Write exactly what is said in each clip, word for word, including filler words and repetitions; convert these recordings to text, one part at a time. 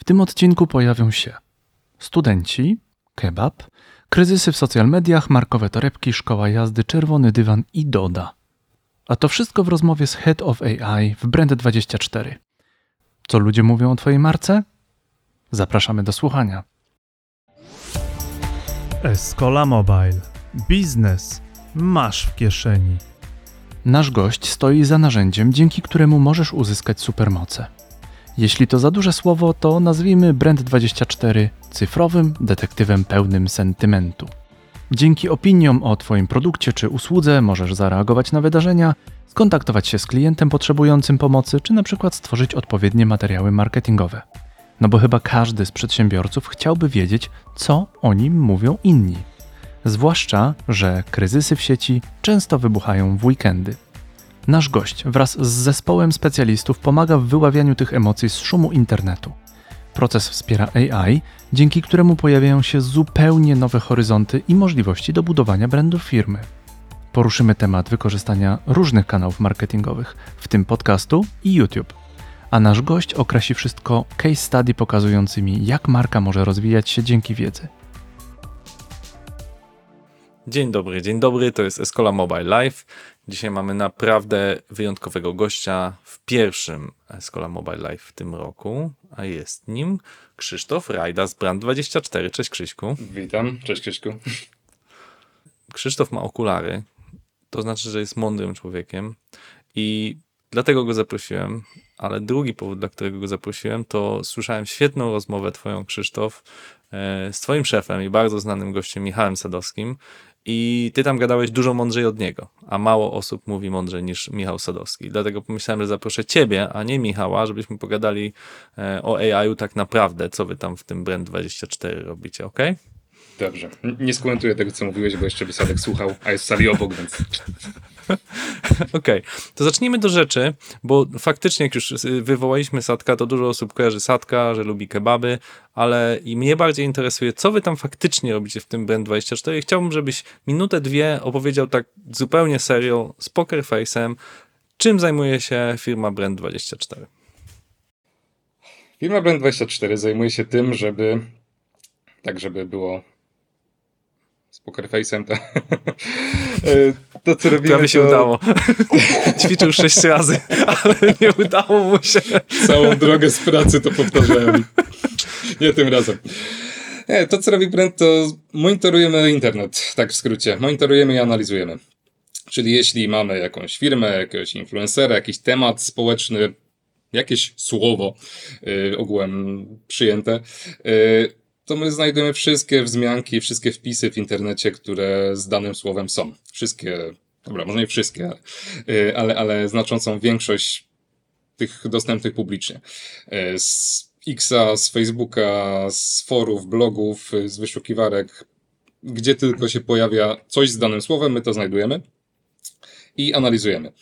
W tym odcinku pojawią się studenci, kebab, kryzysy w social mediach, markowe torebki, szkoła jazdy, czerwony dywan i Doda. A to wszystko w rozmowie z Head of A I w Brand dwadzieścia cztery. Co ludzie mówią o Twojej marce? Zapraszamy do słuchania. Escola Mobile. Biznes masz w kieszeni. Nasz gość stoi za narzędziem, dzięki któremu możesz uzyskać supermoce. Jeśli to za duże słowo, to nazwijmy Brand dwadzieścia cztery cyfrowym detektywem pełnym sentymentu. Dzięki opiniom o Twoim produkcie czy usłudze możesz zareagować na wydarzenia, skontaktować się z klientem potrzebującym pomocy, czy na przykład stworzyć odpowiednie materiały marketingowe. No bo chyba każdy z przedsiębiorców chciałby wiedzieć, co o nim mówią inni. Zwłaszcza, że kryzysy w sieci często wybuchają w weekendy. Nasz gość wraz z zespołem specjalistów pomaga w wyławianiu tych emocji z szumu internetu. Proces wspiera A I, dzięki któremu pojawiają się zupełnie nowe horyzonty i możliwości do budowania brandu firmy. Poruszymy temat wykorzystania różnych kanałów marketingowych, w tym podcastu i YouTube. A nasz gość określi wszystko case study pokazującymi, jak marka może rozwijać się dzięki wiedzy. Dzień dobry, dzień dobry, to jest Escola Mobile Live. Dzisiaj mamy naprawdę wyjątkowego gościa w pierwszym Escola Mobile Live w tym roku, a jest nim Krzysztof Rajda z Brand dwadzieścia cztery. Cześć Krzyśku. Witam, cześć Krzyśku. Krzysztof ma okulary, to znaczy, że jest mądrym człowiekiem i dlatego go zaprosiłem, ale drugi powód, dla którego go zaprosiłem, to słyszałem świetną rozmowę twoją, Krzysztof, z twoim szefem i bardzo znanym gościem Michałem Sadowskim. I ty tam gadałeś dużo mądrzej od niego, a mało osób mówi mądrzej niż Michał Sadowski. Dlatego pomyślałem, że zaproszę ciebie, a nie Michała, żebyśmy pogadali o A I-u tak naprawdę, co wy tam w tym Brand dwadzieścia cztery robicie, ok? Dobrze. Nie skomentuję tego, co mówiłeś, bo jeszcze by Sadek słuchał, a jest w sali obok, więc... Okej, okay. To zacznijmy do rzeczy, bo faktycznie jak już wywołaliśmy Sadka, to dużo osób kojarzy Sadka, że lubi kebaby, ale i mnie bardziej interesuje, co wy tam faktycznie robicie w tym Brand dwadzieścia cztery. Chciałbym, żebyś minutę, dwie opowiedział tak zupełnie serio, z poker face'em, czym zajmuje się firma Brand dwadzieścia cztery. Firma Brand dwadzieścia cztery zajmuje się tym, żeby tak, żeby było z poker face'em, to, to co robimy, Prawie się to... udało. Ćwiczył sześć razy, ale nie udało mu się. Całą drogę z pracy to powtarzałem. Nie tym razem. Nie, to co robi Brand, to monitorujemy internet, tak w skrócie. Monitorujemy i analizujemy. Czyli jeśli mamy jakąś firmę, jakiegoś influencera, jakiś temat społeczny, jakieś słowo yy, ogółem przyjęte, yy, to my znajdujemy wszystkie wzmianki, wszystkie wpisy w internecie, które z danym słowem są. Wszystkie, dobra, może nie wszystkie, ale, yy, ale, ale znaczącą większość tych dostępnych publicznie. Yy, z Xa, z Facebooka, z forów, blogów, z wyszukiwarek, gdzie tylko się pojawia coś z danym słowem, my to znajdujemy i analizujemy.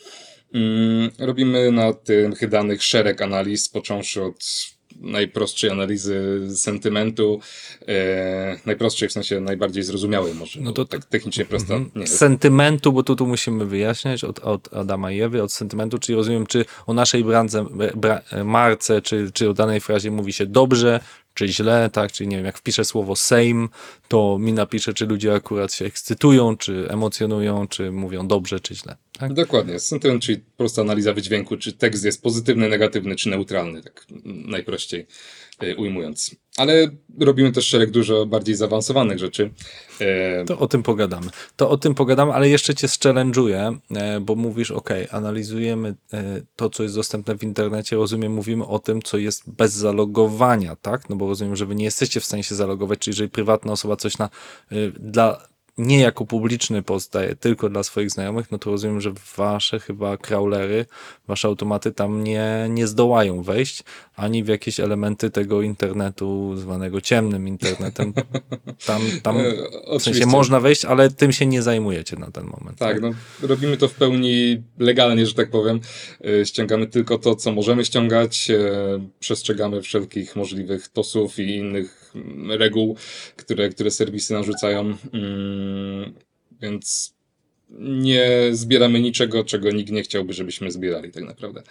Robimy na tych danych szereg analiz, począwszy od najprostszej analizy sentymentu, e, najprostszej w sensie najbardziej zrozumiałej może, no to tak technicznie prosta mm-hmm. nie jest. Sentymentu, bo tu, tu musimy wyjaśniać od, od Adama i Ewy, od sentymentu, czyli rozumiem, czy o naszej brandze, bra, marce, czy, czy o danej frazie mówi się dobrze, czy źle, tak, czyli nie wiem, jak wpiszę słowo same, to mi napisze, czy ludzie akurat się ekscytują, czy emocjonują, czy mówią dobrze, czy źle. Tak? Dokładnie, sentyment, czyli prosta analiza wydźwięku, czy tekst jest pozytywny, negatywny, czy neutralny, tak najprościej ujmując. Ale robimy też szereg dużo bardziej zaawansowanych rzeczy. To o tym pogadamy. To o tym pogadamy, ale jeszcze cię zchallenge'uję, bo mówisz, ok, analizujemy to, co jest dostępne w internecie, rozumiem, mówimy o tym, co jest bez zalogowania, tak? No bo rozumiem, że wy nie jesteście w stanie się zalogować, czyli jeżeli prywatna osoba coś na dla nie jako publiczny post daje tylko dla swoich znajomych, no to rozumiem, że wasze chyba crawlery, wasze automaty tam nie, nie zdołają wejść ani w jakieś elementy tego internetu zwanego ciemnym internetem. Tam, tam w sensie można wejść, ale tym się nie zajmujecie na ten moment. Tak, tak? No robimy to w pełni legalnie, że tak powiem. Ściągamy tylko to, co możemy ściągać. Przestrzegamy wszelkich możliwych tosów i innych reguł, które, które serwisy narzucają. Więc nie zbieramy niczego, czego nikt nie chciałby, żebyśmy zbierali tak naprawdę.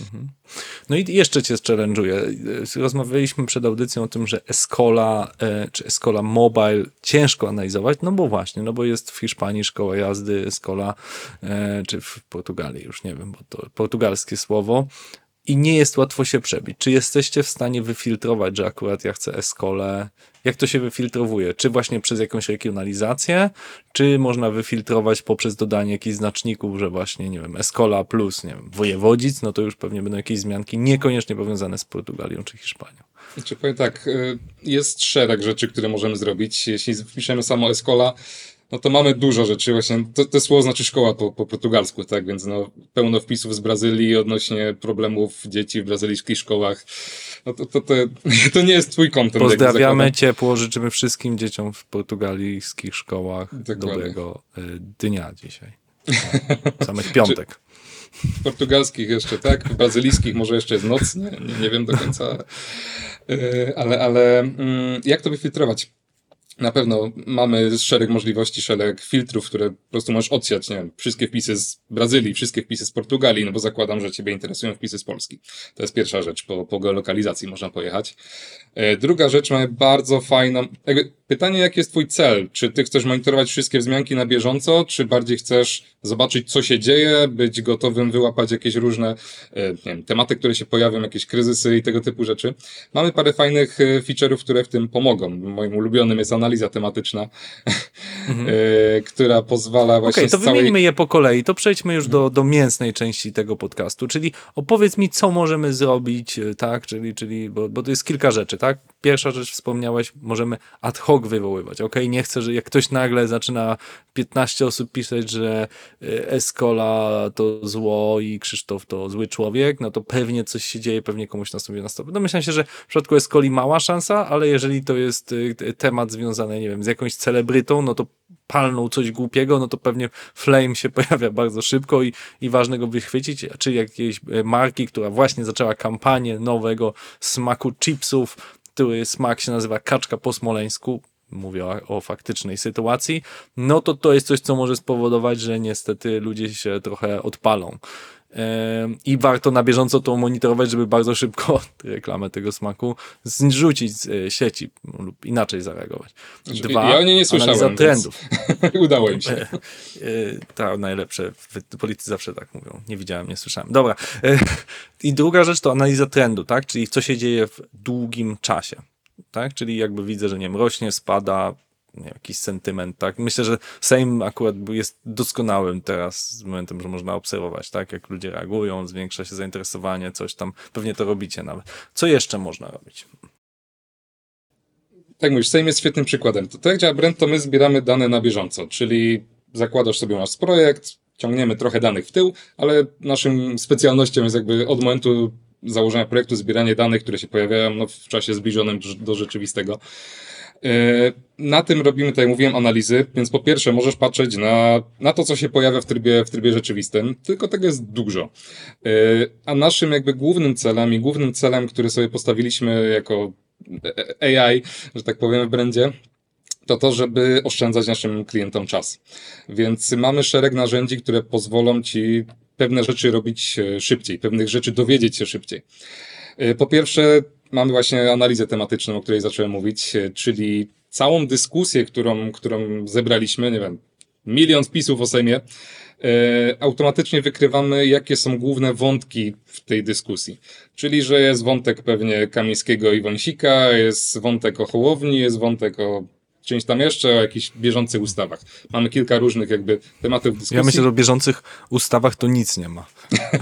No i jeszcze cię challenge'uję. Rozmawialiśmy przed audycją o tym, że Escola e, czy Escola Mobile ciężko analizować, no bo właśnie, no bo jest w Hiszpanii szkoła jazdy Escola, e, czy w Portugalii, już nie wiem, bo to portugalskie słowo. I nie jest łatwo się przebić. Czy jesteście w stanie wyfiltrować, że akurat ja chcę Escolę? Jak to się wyfiltrowuje? Czy właśnie przez jakąś regionalizację, czy można wyfiltrować poprzez dodanie jakichś znaczników, że właśnie, nie wiem, Escola plus, nie wiem, wojewodzic, no to już pewnie będą jakieś zmianki niekoniecznie powiązane z Portugalią czy Hiszpanią. Znaczy, powiem tak, y, jest szereg rzeczy, które możemy zrobić. Jeśli wpiszemy samo Escola, no to mamy dużo rzeczy. Właśnie to, to słowo znaczy szkoła po, po portugalsku, tak? Więc no, pełno wpisów z Brazylii odnośnie problemów dzieci w brazylijskich szkołach. No to, to, to, to nie jest twój content. Pozdrawiamy ciepło, życzymy wszystkim dzieciom w portugalijskich szkołach Dokładnie. dobrego y, dnia dzisiaj. O, samych piątek. W portugalskich jeszcze tak, w brazylijskich może jeszcze jest noc, nie, nie, nie wiem do końca. Yy, ale, ale mm, jak to wyfiltrować? Na pewno mamy szereg możliwości, szereg filtrów, które po prostu możesz odsiać, nie wiem, wszystkie wpisy z Brazylii, wszystkie wpisy z Portugalii, no bo zakładam, że ciebie interesują wpisy z Polski. To jest pierwsza rzecz, po, po geolokalizacji można pojechać. E, druga rzecz, mamy bardzo fajną, jakby pytanie, jaki jest twój cel? Czy ty chcesz monitorować wszystkie wzmianki na bieżąco, czy bardziej chcesz zobaczyć, co się dzieje, być gotowym, wyłapać jakieś różne e, nie wiem, tematy, które się pojawią, jakieś kryzysy i tego typu rzeczy. Mamy parę fajnych e, feature'ów, które w tym pomogą. Moim ulubionym jest analiza tematyczna, mhm. e, która pozwala właśnie Okej, okay, to całej... wymieńmy je po kolei, to przejdźmy już do, do mięsnej części tego podcastu, czyli opowiedz mi, co możemy zrobić, tak, czyli, czyli bo, bo to jest kilka rzeczy, tak? Pierwsza rzecz, wspomniałeś, możemy ad hoc wywoływać, okej, okay? Nie chcę, że jak ktoś nagle zaczyna piętnaście osób pisać, że Escola to zło i Krzysztof to zły człowiek, no to pewnie coś się dzieje, pewnie komuś nastąpi nastąpi. Domyślam się, że w przypadku Escoli mała szansa, ale jeżeli to jest temat związany, nie wiem, z jakąś celebrytą, no to palnął coś głupiego, no to pewnie flame się pojawia bardzo szybko i, i ważne go wychwycić, czy jakiejś marki, która właśnie zaczęła kampanię nowego smaku chipsów, który smak się nazywa kaczka po smoleńsku, mówię o, o faktycznej sytuacji, no to to jest coś, co może spowodować, że niestety ludzie się trochę odpalą. I warto na bieżąco to monitorować, żeby bardzo szybko reklamę tego smaku zrzucić z sieci lub inaczej zareagować. Dwa, ja o niej nie słyszałem, analiza trendów. Udało im się. Tak, najlepsze. Politycy zawsze tak mówią. Nie widziałem, nie słyszałem. Dobra. I druga rzecz to analiza trendu, tak? Czyli co się dzieje w długim czasie. Tak? Czyli jakby widzę, że nie wiem, rośnie, spada, nie, jakiś sentyment, tak? Myślę, że Sejm akurat jest doskonałym teraz z momentem, że można obserwować, tak? Jak ludzie reagują, zwiększa się zainteresowanie, coś tam, pewnie to robicie nawet. Co jeszcze można robić? Tak mówisz, Sejm jest świetnym przykładem. To, to jak działa Brent, to my zbieramy dane na bieżąco, czyli zakładasz sobie nasz projekt, ciągniemy trochę danych w tył, ale naszym specjalnością jest jakby od momentu założenia projektu zbieranie danych, które się pojawiają no, w czasie zbliżonym do rzeczywistego. Na tym robimy, tak jak mówiłem, analizy, więc po pierwsze możesz patrzeć na, na to, co się pojawia w trybie, w trybie rzeczywistym, tylko tego jest dużo. A naszym jakby głównym celem i głównym celem, który sobie postawiliśmy jako A I, że tak powiem w brandzie, to to, żeby oszczędzać naszym klientom czas. Więc mamy szereg narzędzi, które pozwolą ci pewne rzeczy robić szybciej, pewnych rzeczy dowiedzieć się szybciej. Po pierwsze, mamy właśnie analizę tematyczną, o której zacząłem mówić, czyli całą dyskusję, którą, którą zebraliśmy, nie wiem, milion wpisów o Sejmie, automatycznie wykrywamy, jakie są główne wątki w tej dyskusji. Czyli, że jest wątek pewnie Kamińskiego i Wąsika, jest wątek o Hołowni, jest wątek o czymś tam jeszcze, o jakichś bieżących ustawach. Mamy kilka różnych jakby tematów dyskusji. Ja myślę, że o bieżących ustawach to nic nie ma.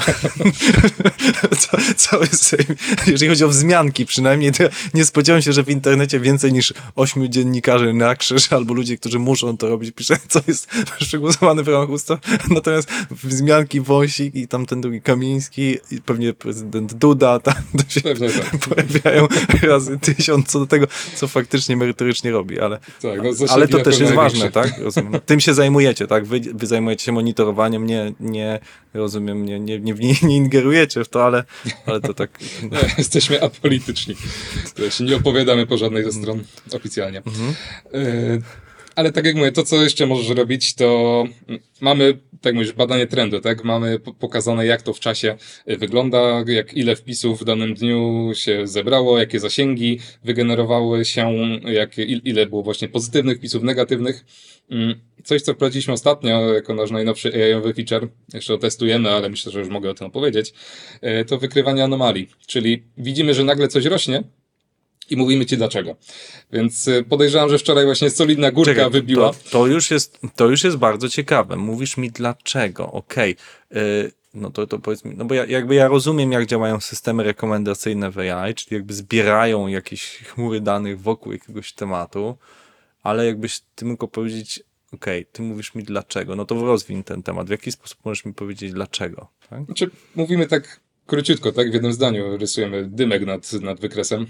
Cały Sejm, jeżeli chodzi o wzmianki przynajmniej, to nie spodziewam się, że w internecie więcej niż ośmiu dziennikarzy na krzyż albo ludzie, którzy muszą to robić, pisze, co jest przegłosowany w ramach ustaw. Natomiast wzmianki Wąsik i tamten drugi Kamiński i pewnie prezydent Duda tam to się pewnie tak pojawiają razy tysiąc co do tego, co faktycznie merytorycznie robi, ale Tak, no ale to też jest ważne, tak? Rozumiem. Tym się zajmujecie, tak? Wy, wy zajmujecie się monitorowaniem, nie, nie rozumiem, nie, nie, nie, nie ingerujecie w to, ale, ale to tak... No. Nie, jesteśmy apolityczni. To się nie opowiadamy po żadnej ze stron oficjalnie. Mhm. Y Ale tak jak mówię, to co jeszcze możesz robić, to mamy, tak mówisz, badanie trendu, tak? Mamy p- pokazane, jak to w czasie y, wygląda, jak ile wpisów w danym dniu się zebrało, jakie zasięgi wygenerowały się, jak, il- ile było właśnie pozytywnych wpisów, negatywnych. Mm, Coś, co wprowadziliśmy ostatnio, jako nasz najnowszy A I-owy feature, jeszcze testujemy, ale myślę, że już mogę o tym opowiedzieć, y, to wykrywanie anomalii. Czyli widzimy, że nagle coś rośnie, i mówimy ci dlaczego. Więc y, podejrzewam, że wczoraj właśnie solidna górka Czekaj, wybiła. To, to, już jest, to już jest bardzo ciekawe. Mówisz mi dlaczego. Okej. y, No to, to powiedz mi, no bo ja, jakby ja rozumiem, jak działają systemy rekomendacyjne w A I, czyli jakby zbierają jakieś chmury danych wokół jakiegoś tematu, ale jakbyś ty mógł powiedzieć, okej, ty mówisz mi dlaczego, no to rozwiń ten temat. W jaki sposób możesz mi powiedzieć dlaczego? Tak? Znaczy, mówimy tak króciutko, tak? W jednym zdaniu rysujemy dymek nad, nad wykresem.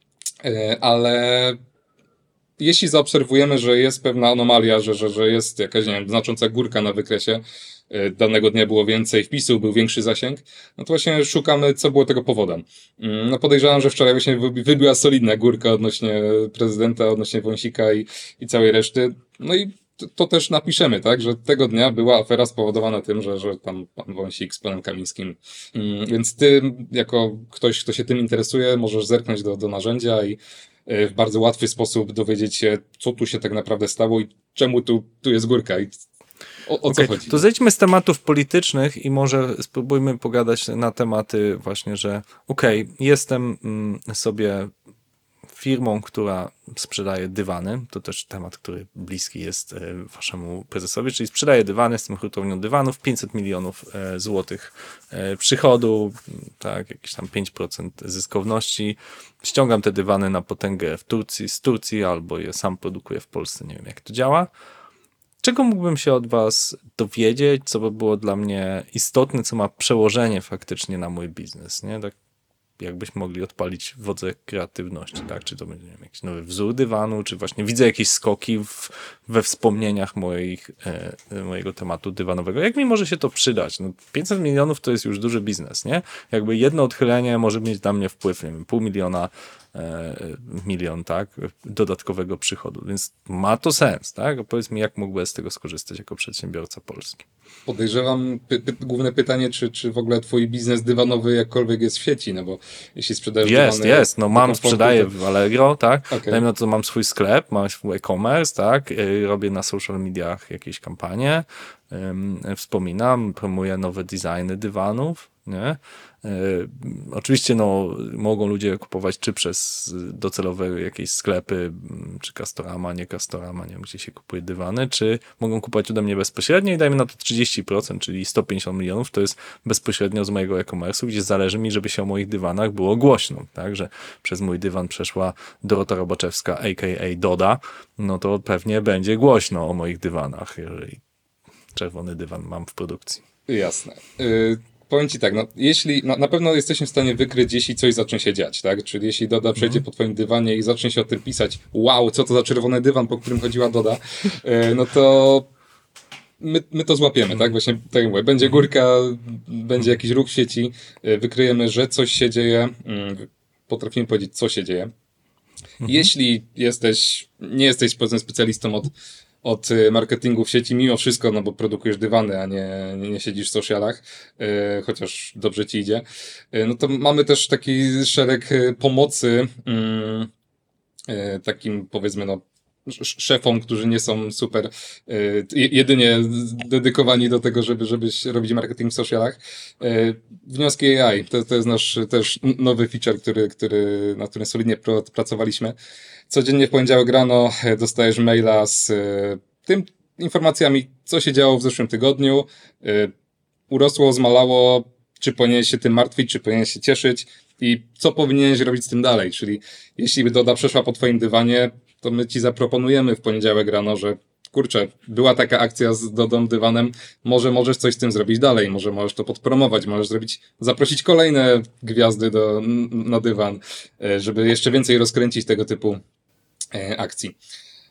E, ale jeśli zaobserwujemy, że jest pewna anomalia, że, że, że jest jakaś, nie wiem, znacząca górka na wykresie, e, danego dnia było więcej wpisów, był większy zasięg, no to właśnie szukamy, co było tego powodem. Mm, No podejrzewam, że wczoraj właśnie wybi- wybiła solidna górka odnośnie prezydenta, odnośnie Wąsika i, i całej reszty. No i to, to też napiszemy, tak, że tego dnia była afera spowodowana tym, że, że tam pan Wąsik z panem Kamińskim. Mm, Więc ty, jako ktoś, kto się tym interesuje, możesz zerknąć do, do narzędzia i w bardzo łatwy sposób dowiedzieć się, co tu się tak naprawdę stało i czemu tu, tu jest górka i o, o Okej, co chodzi. to zejdźmy z tematów politycznych i może spróbujmy pogadać na tematy właśnie, że okej, jestem mm, sobie firmą, która sprzedaje dywany, to też temat, który bliski jest e, waszemu prezesowi, czyli sprzedaje dywany, jestem hurtownią dywanów, pięćset milionów e, złotych e, przychodu, tak, jakieś tam pięć procent zyskowności, ściągam te dywany na potęgę w Turcji, z Turcji, albo je sam produkuję w Polsce, nie wiem jak to działa. Czego mógłbym się od was dowiedzieć, co by było dla mnie istotne, co ma przełożenie faktycznie na mój biznes, nie? Tak jakbyśmy mogli odpalić wodze kreatywności, tak? Czy to będzie nie wiem, jakiś nowy wzór dywanu, czy właśnie widzę jakieś skoki w, we wspomnieniach moich, e, mojego tematu dywanowego. Jak mi może się to przydać? No, pięćset milionów to jest już duży biznes, nie? Jakby jedno odchylenie może mieć dla mnie wpływ, nie wiem, pół miliona, e, milion, tak? Dodatkowego przychodu, więc ma to sens, tak? Powiedz mi, jak mógłbym z tego skorzystać jako przedsiębiorca polski? Podejrzewam, py, py, główne pytanie, czy, czy w ogóle twój biznes dywanowy jakkolwiek jest w sieci, no bo jeśli sprzedajesz Jest, dywany jest. No do mam, komfortu, sprzedaję to- w Allegro, tak? Okej. Dajmy na to, mam swój sklep, mam swój e-commerce, tak? Y, Robię na social mediach jakieś kampanie, ym, wspominam, promuję nowe designy dywanów, nie? Y, Oczywiście no, mogą ludzie kupować czy przez docelowe jakieś sklepy, mm, czy Castorama, nie Castorama, nie wiem, gdzie się kupuje dywany, czy mogą kupować ode mnie bezpośrednio i dajmy na to trzydzieści procent, czyli sto pięćdziesiąt milionów, to jest bezpośrednio z mojego e-commerce'u, gdzie zależy mi, żeby się o moich dywanach było głośno, tak, że przez mój dywan przeszła Dorota Robaczewska, a k a. Doda, no to pewnie będzie głośno o moich dywanach, jeżeli czerwony dywan mam w produkcji. Jasne. Y, powiem ci tak, no, jeśli, na, na pewno jesteśmy w stanie wykryć, jeśli coś zacznie się dziać, tak? Czyli jeśli Doda przejdzie po twoim dywanie i zacznie się o tym pisać, wow, co to za czerwony dywan, po którym chodziła Doda, y, no to my, my to złapiemy, tak? Właśnie tak jak mówię, będzie górka, będzie jakiś ruch w sieci, y, wykryjemy, że coś się dzieje, y, potrafimy powiedzieć, co się dzieje. Jeśli jesteś, nie jesteś powiedzmy specjalistą od, od y, marketingu w sieci, mimo wszystko, no bo produkujesz dywany, a nie, nie, nie siedzisz w socialach, y, chociaż dobrze ci idzie, y, no to mamy też taki szereg y, pomocy y, y, takim powiedzmy no sz- szefom, którzy nie są super y, je- jedynie dedykowani do tego, żeby, żeby się robić marketing w socialach. Y, Wnioski A I, to, to jest nasz też n- nowy feature, który, który, na którym solidnie pro- pracowaliśmy. Codziennie w poniedziałek rano e, dostajesz maila z e, tym informacjami, co się działo w zeszłym tygodniu. E, urosło, zmalało, czy powinieneś się tym martwić, czy powinieneś się cieszyć i co powinieneś robić z tym dalej. Czyli jeśli Doda przeszła po twoim dywanie, to my ci zaproponujemy w poniedziałek rano, że kurczę, była taka akcja z Dodą dywanem, może możesz coś z tym zrobić dalej, może możesz to podpromować, możesz zrobić, zaprosić kolejne gwiazdy do, na dywan, e, żeby jeszcze więcej rozkręcić tego typu e, akcji.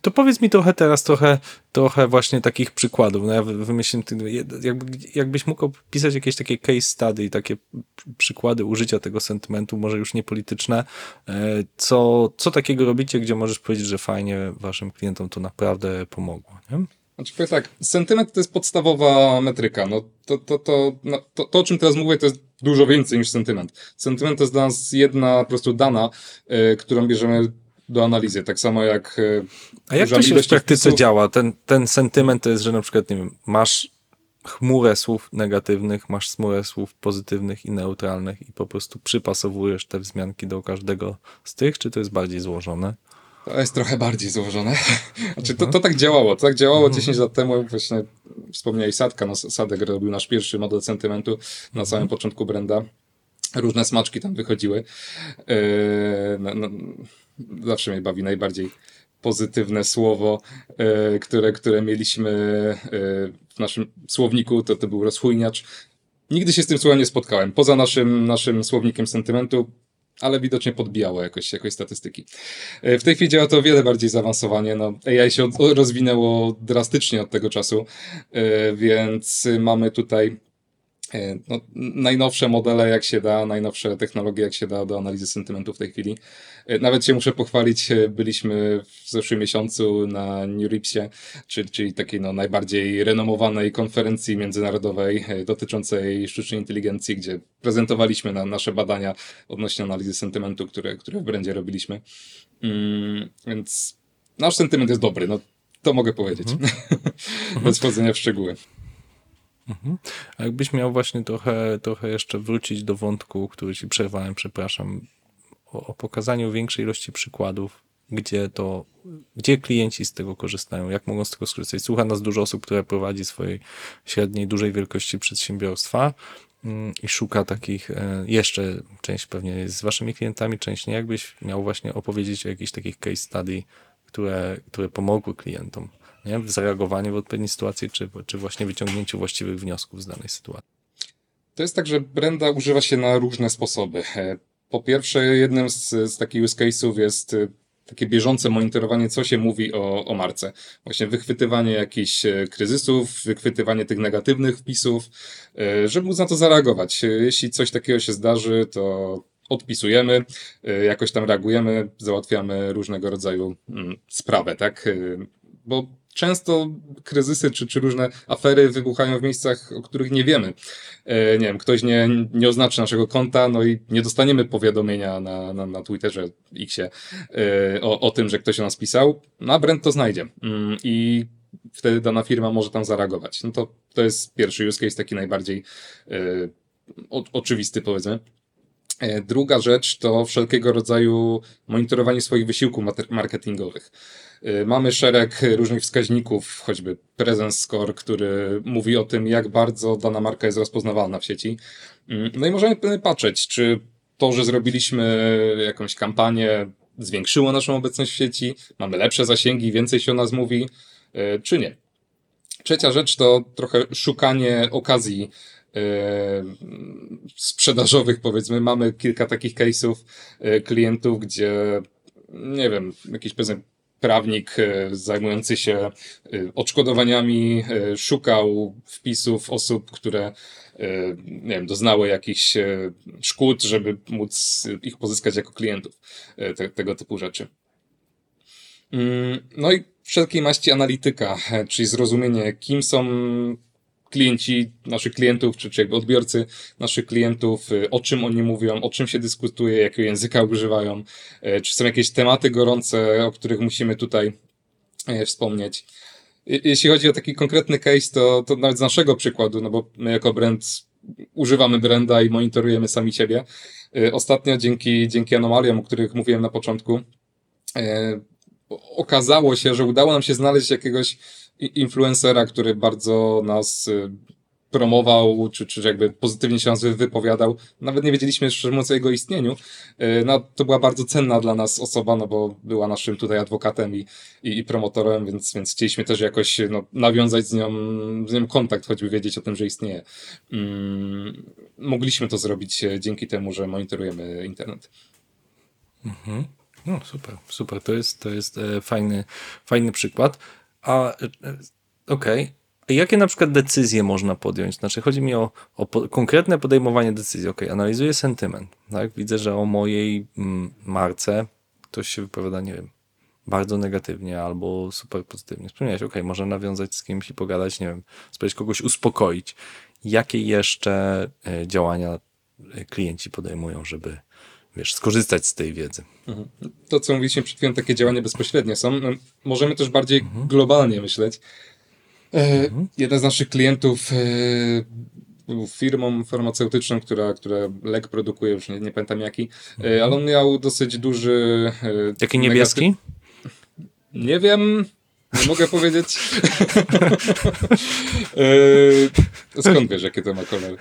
To powiedz mi trochę teraz, trochę, trochę właśnie takich przykładów. No ja wy- wymyśliłem, jakby, jakbyś mógł opisać jakieś takie case study, takie przykłady użycia tego sentymentu, może już nie polityczne. E, Co, co takiego robicie, gdzie możesz powiedzieć, że fajnie waszym klientom to naprawdę pomogło, nie? Znaczy powiem tak, sentyment to jest podstawowa metryka. No, to, to, to, no, to, to, o czym teraz mówię, to jest dużo więcej niż sentyment. Sentyment to jest dla nas jedna po prostu dana, y, którą bierzemy do analizy. Tak samo jak y, A jak to duża się w ilość praktyce wpisów. działa? Ten, ten sentyment to jest, że na przykład, nie wiem, masz chmurę słów negatywnych, masz chmurę słów pozytywnych i neutralnych i po prostu przypasowujesz te wzmianki do każdego z tych, czy to jest bardziej złożone? To jest trochę bardziej złożone. Znaczy, to, to tak działało. To tak działało dziesięć lat temu. Właśnie wspomniałeś Sadka. No, Sadek robił nasz pierwszy model sentymentu na samym początku branda. Różne smaczki tam wychodziły. Yy, no, no, zawsze mnie bawi najbardziej pozytywne słowo, yy, które, które mieliśmy yy, w naszym słowniku. To, to był rozchujniacz. Nigdy się z tym słowem nie spotkałem. Poza naszym, naszym słownikiem sentymentu, ale widocznie podbijało jakoś, jakoś statystyki. E, W tej chwili działa to o wiele bardziej zaawansowanie. No, A I się od, rozwinęło drastycznie od tego czasu, e, więc mamy tutaj e, no, najnowsze modele jak się da, najnowsze technologie jak się da do analizy sentymentu w tej chwili. E, Nawet się muszę pochwalić, e, byliśmy w zeszłym miesiącu na NeurIPSie, czyli, czyli takiej no, najbardziej renomowanej konferencji międzynarodowej e, dotyczącej sztucznej inteligencji, gdzie prezentowaliśmy na nasze badania odnośnie analizy sentymentu, które, które w brandzie robiliśmy. Mm, więc nasz sentyment jest dobry, no to mogę powiedzieć. Bez wchodzenia w szczegóły. A jakbyś miał właśnie trochę, trochę jeszcze wrócić do wątku, który ci przerwałem, przepraszam, o, o pokazaniu większej ilości przykładów, gdzie to, gdzie klienci z tego korzystają, jak mogą z tego skorzystać. Słucha nas dużo osób, które prowadzi swojej średniej, dużej wielkości przedsiębiorstwa mm, i szuka takich, e, jeszcze część pewnie jest z waszymi klientami, część nie. Jakbyś miał właśnie opowiedzieć o jakichś takich case study, które, które pomogły klientom, nie? W zareagowaniu w odpowiedniej sytuacji, czy, czy właśnie wyciągnięciu właściwych wniosków z danej sytuacji. To jest tak, że Brenda używa się na różne sposoby. E, Po pierwsze, jednym z, z takich use case'ów jest e, takie bieżące monitorowanie, co się mówi o, o marce. Właśnie wychwytywanie jakichś e, kryzysów, wychwytywanie tych negatywnych wpisów, e, żeby móc na to zareagować. E, Jeśli coś takiego się zdarzy, to odpisujemy, e, jakoś tam reagujemy, załatwiamy różnego rodzaju mm, sprawę, tak? E, Bo często kryzysy czy, czy różne afery wybuchają w miejscach, o których nie wiemy. E, nie wiem, ktoś nie, nie oznaczy naszego konta, no i nie dostaniemy powiadomienia na, na, na Twitterze, Xie e, o, o tym, że ktoś o nas pisał, no a Brand to znajdzie. Mm, I wtedy dana firma może tam zareagować. No to, to jest pierwszy use case, taki najbardziej e, o, oczywisty, powiedzmy. E, Druga rzecz to wszelkiego rodzaju monitorowanie swoich wysiłków mater- marketingowych. E, Mamy szereg różnych wskaźników, choćby presence score, który mówi o tym, jak bardzo dana marka jest rozpoznawalna w sieci. Mm, No i możemy patrzeć, czy to, że zrobiliśmy jakąś kampanię, zwiększyło naszą obecność w sieci, mamy lepsze zasięgi, więcej się o nas mówi, e, czy nie. Trzecia rzecz to trochę szukanie okazji e, sprzedażowych, powiedzmy. Mamy kilka takich case'ów e, klientów, gdzie, nie wiem, jakiś powiedzmy prawnik e, zajmujący się e, odszkodowaniami e, szukał wpisów osób, które e, nie wiem, doznały jakichś e, szkód, żeby móc ich pozyskać jako klientów. E, te, tego typu rzeczy. Mm, No i wszelkiej maści analityka, e, czyli zrozumienie, kim są klienci naszych klientów, czy, czy jakby odbiorcy naszych klientów, e, o czym oni mówią, o czym się dyskutuje, jakiego języka używają, e, czy są jakieś tematy gorące, o których musimy tutaj e, wspomnieć. Je- Jeśli chodzi o taki konkretny case, to, to nawet z naszego przykładu, no bo my jako brand używamy branda i monitorujemy sami siebie. E, Ostatnio dzięki, dzięki anomaliom, o których mówiłem na początku, e, okazało się, że udało nam się znaleźć jakiegoś i- influencera, który bardzo nas y, promował, czy, czy jakby pozytywnie się o nas wy- wypowiadał. Nawet nie wiedzieliśmy szczerze mówiąc o jego istnieniu. Y, No, to była bardzo cenna dla nas osoba, no bo była naszym tutaj adwokatem i, i, i promotorem, więc, więc chcieliśmy też jakoś no, nawiązać z nią, z nią kontakt, choćby wiedzieć o tym, że istnieje. Mm, mogliśmy to zrobić e, dzięki temu, że monitorujemy internet. No super, super. To jest, to jest e, fajny, fajny przykład. A e, okej. A jakie na przykład decyzje można podjąć? Znaczy chodzi mi o, o po, konkretne podejmowanie decyzji. Okej, analizuję sentyment. Tak? Widzę, że o mojej mm, marce ktoś się wypowiada, nie wiem, bardzo negatywnie albo super pozytywnie. Wspomniałeś, okej, można nawiązać z kimś i pogadać, nie wiem, spróbować kogoś uspokoić. Jakie jeszcze e, działania e, klienci podejmują, żeby, wiesz, skorzystać z tej wiedzy? To, co mówiliśmy przed chwilą, takie działania bezpośrednie są. No, możemy też bardziej globalnie myśleć. E, jeden z naszych klientów e, był firmą farmaceutyczną, która, która lek produkuje, już nie, nie pamiętam jaki, e, ale on miał dosyć duży... E, Jaki negatyw- niebieski? Nie wiem, nie mogę powiedzieć. e, skąd wiesz, jakie to ma kolory?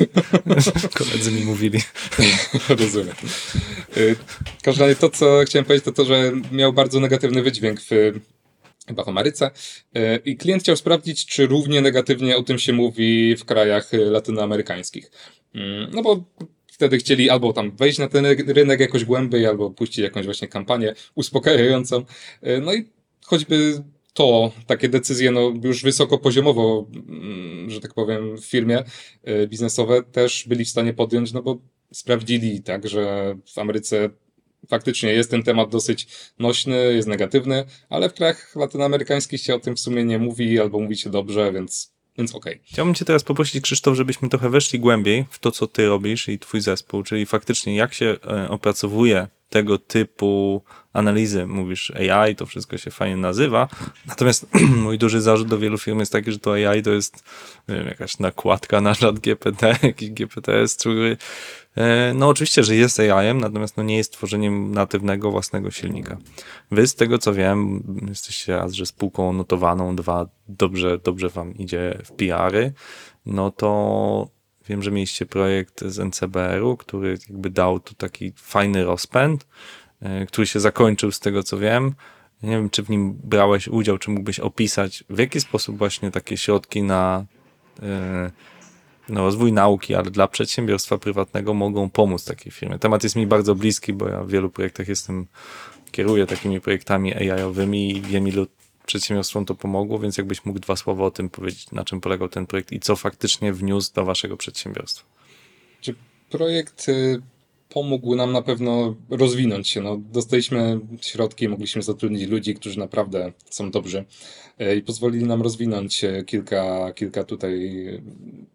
Koledzy mi mówili. Rozumiem. E, w każdym razie to, co chciałem powiedzieć, to to, że miał bardzo negatywny wydźwięk w, chyba w Ameryce e, i klient chciał sprawdzić, czy równie negatywnie o tym się mówi w krajach e, latynoamerykańskich. Mm, No bo wtedy chcieli albo tam wejść na ten rynek jakoś głębiej, albo puścić jakąś właśnie kampanię uspokajającą. E, No i choćby to, takie decyzje no już wysokopoziomowo, mm, że tak powiem, w firmie e, biznesowe też byli w stanie podjąć, no bo sprawdzili tak, że w Ameryce faktycznie jest ten temat dosyć nośny, jest negatywny, ale w krajach latynoamerykańskich się o tym w sumie nie mówi, albo mówi się dobrze, więc, więc okej. Chciałbym cię teraz poprosić, Krzysztof, żebyśmy trochę weszli głębiej w to, co ty robisz i twój zespół, czyli faktycznie jak się e, opracowuje tego typu analizy. Mówisz A I, to wszystko się fajnie nazywa, natomiast mój duży zarzut do wielu firm jest taki, że to A I to jest nie wiem, jakaś nakładka na chat G P T, jakiś G P T S, który e, no oczywiście, że jest A I-em, natomiast no nie jest tworzeniem natywnego własnego silnika. Wy z tego co wiem, jesteście raz, że spółką notowaną, dwa, dobrze, dobrze wam idzie w P R-y, no to wiem, że mieliście projekt z N C B R-u, który jakby dał tu taki fajny rozpęd, e, który się zakończył z tego co wiem. Nie wiem, czy w nim brałeś udział, czy mógłbyś opisać, w jaki sposób właśnie takie środki na e, no, rozwój nauki, ale dla przedsiębiorstwa prywatnego mogą pomóc takiej firmie. Temat jest mi bardzo bliski, bo ja w wielu projektach jestem, kieruję takimi projektami A I-owymi i wiem, ilu przedsiębiorstwom to pomogło, więc jakbyś mógł dwa słowa o tym powiedzieć, na czym polegał ten projekt i co faktycznie wniósł do waszego przedsiębiorstwa. Czy projekt y, pomógł nam na pewno rozwinąć się? No, dostaliśmy środki, mogliśmy zatrudnić ludzi, którzy naprawdę są dobrzy y, i pozwolili nam rozwinąć y, kilka, kilka tutaj y,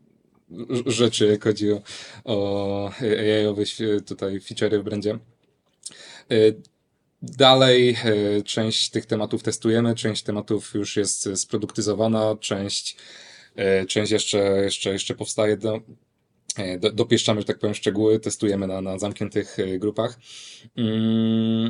rzeczy, jak chodzi o, o A I-owe tutaj feature'y w brandzie. Y, Dalej y, część tych tematów testujemy, część tematów już jest y, sproduktyzowana, część, y, część jeszcze, jeszcze, jeszcze powstaje do, y, do, dopieszczamy, że tak powiem, szczegóły, testujemy na, na zamkniętych y, grupach. Mm,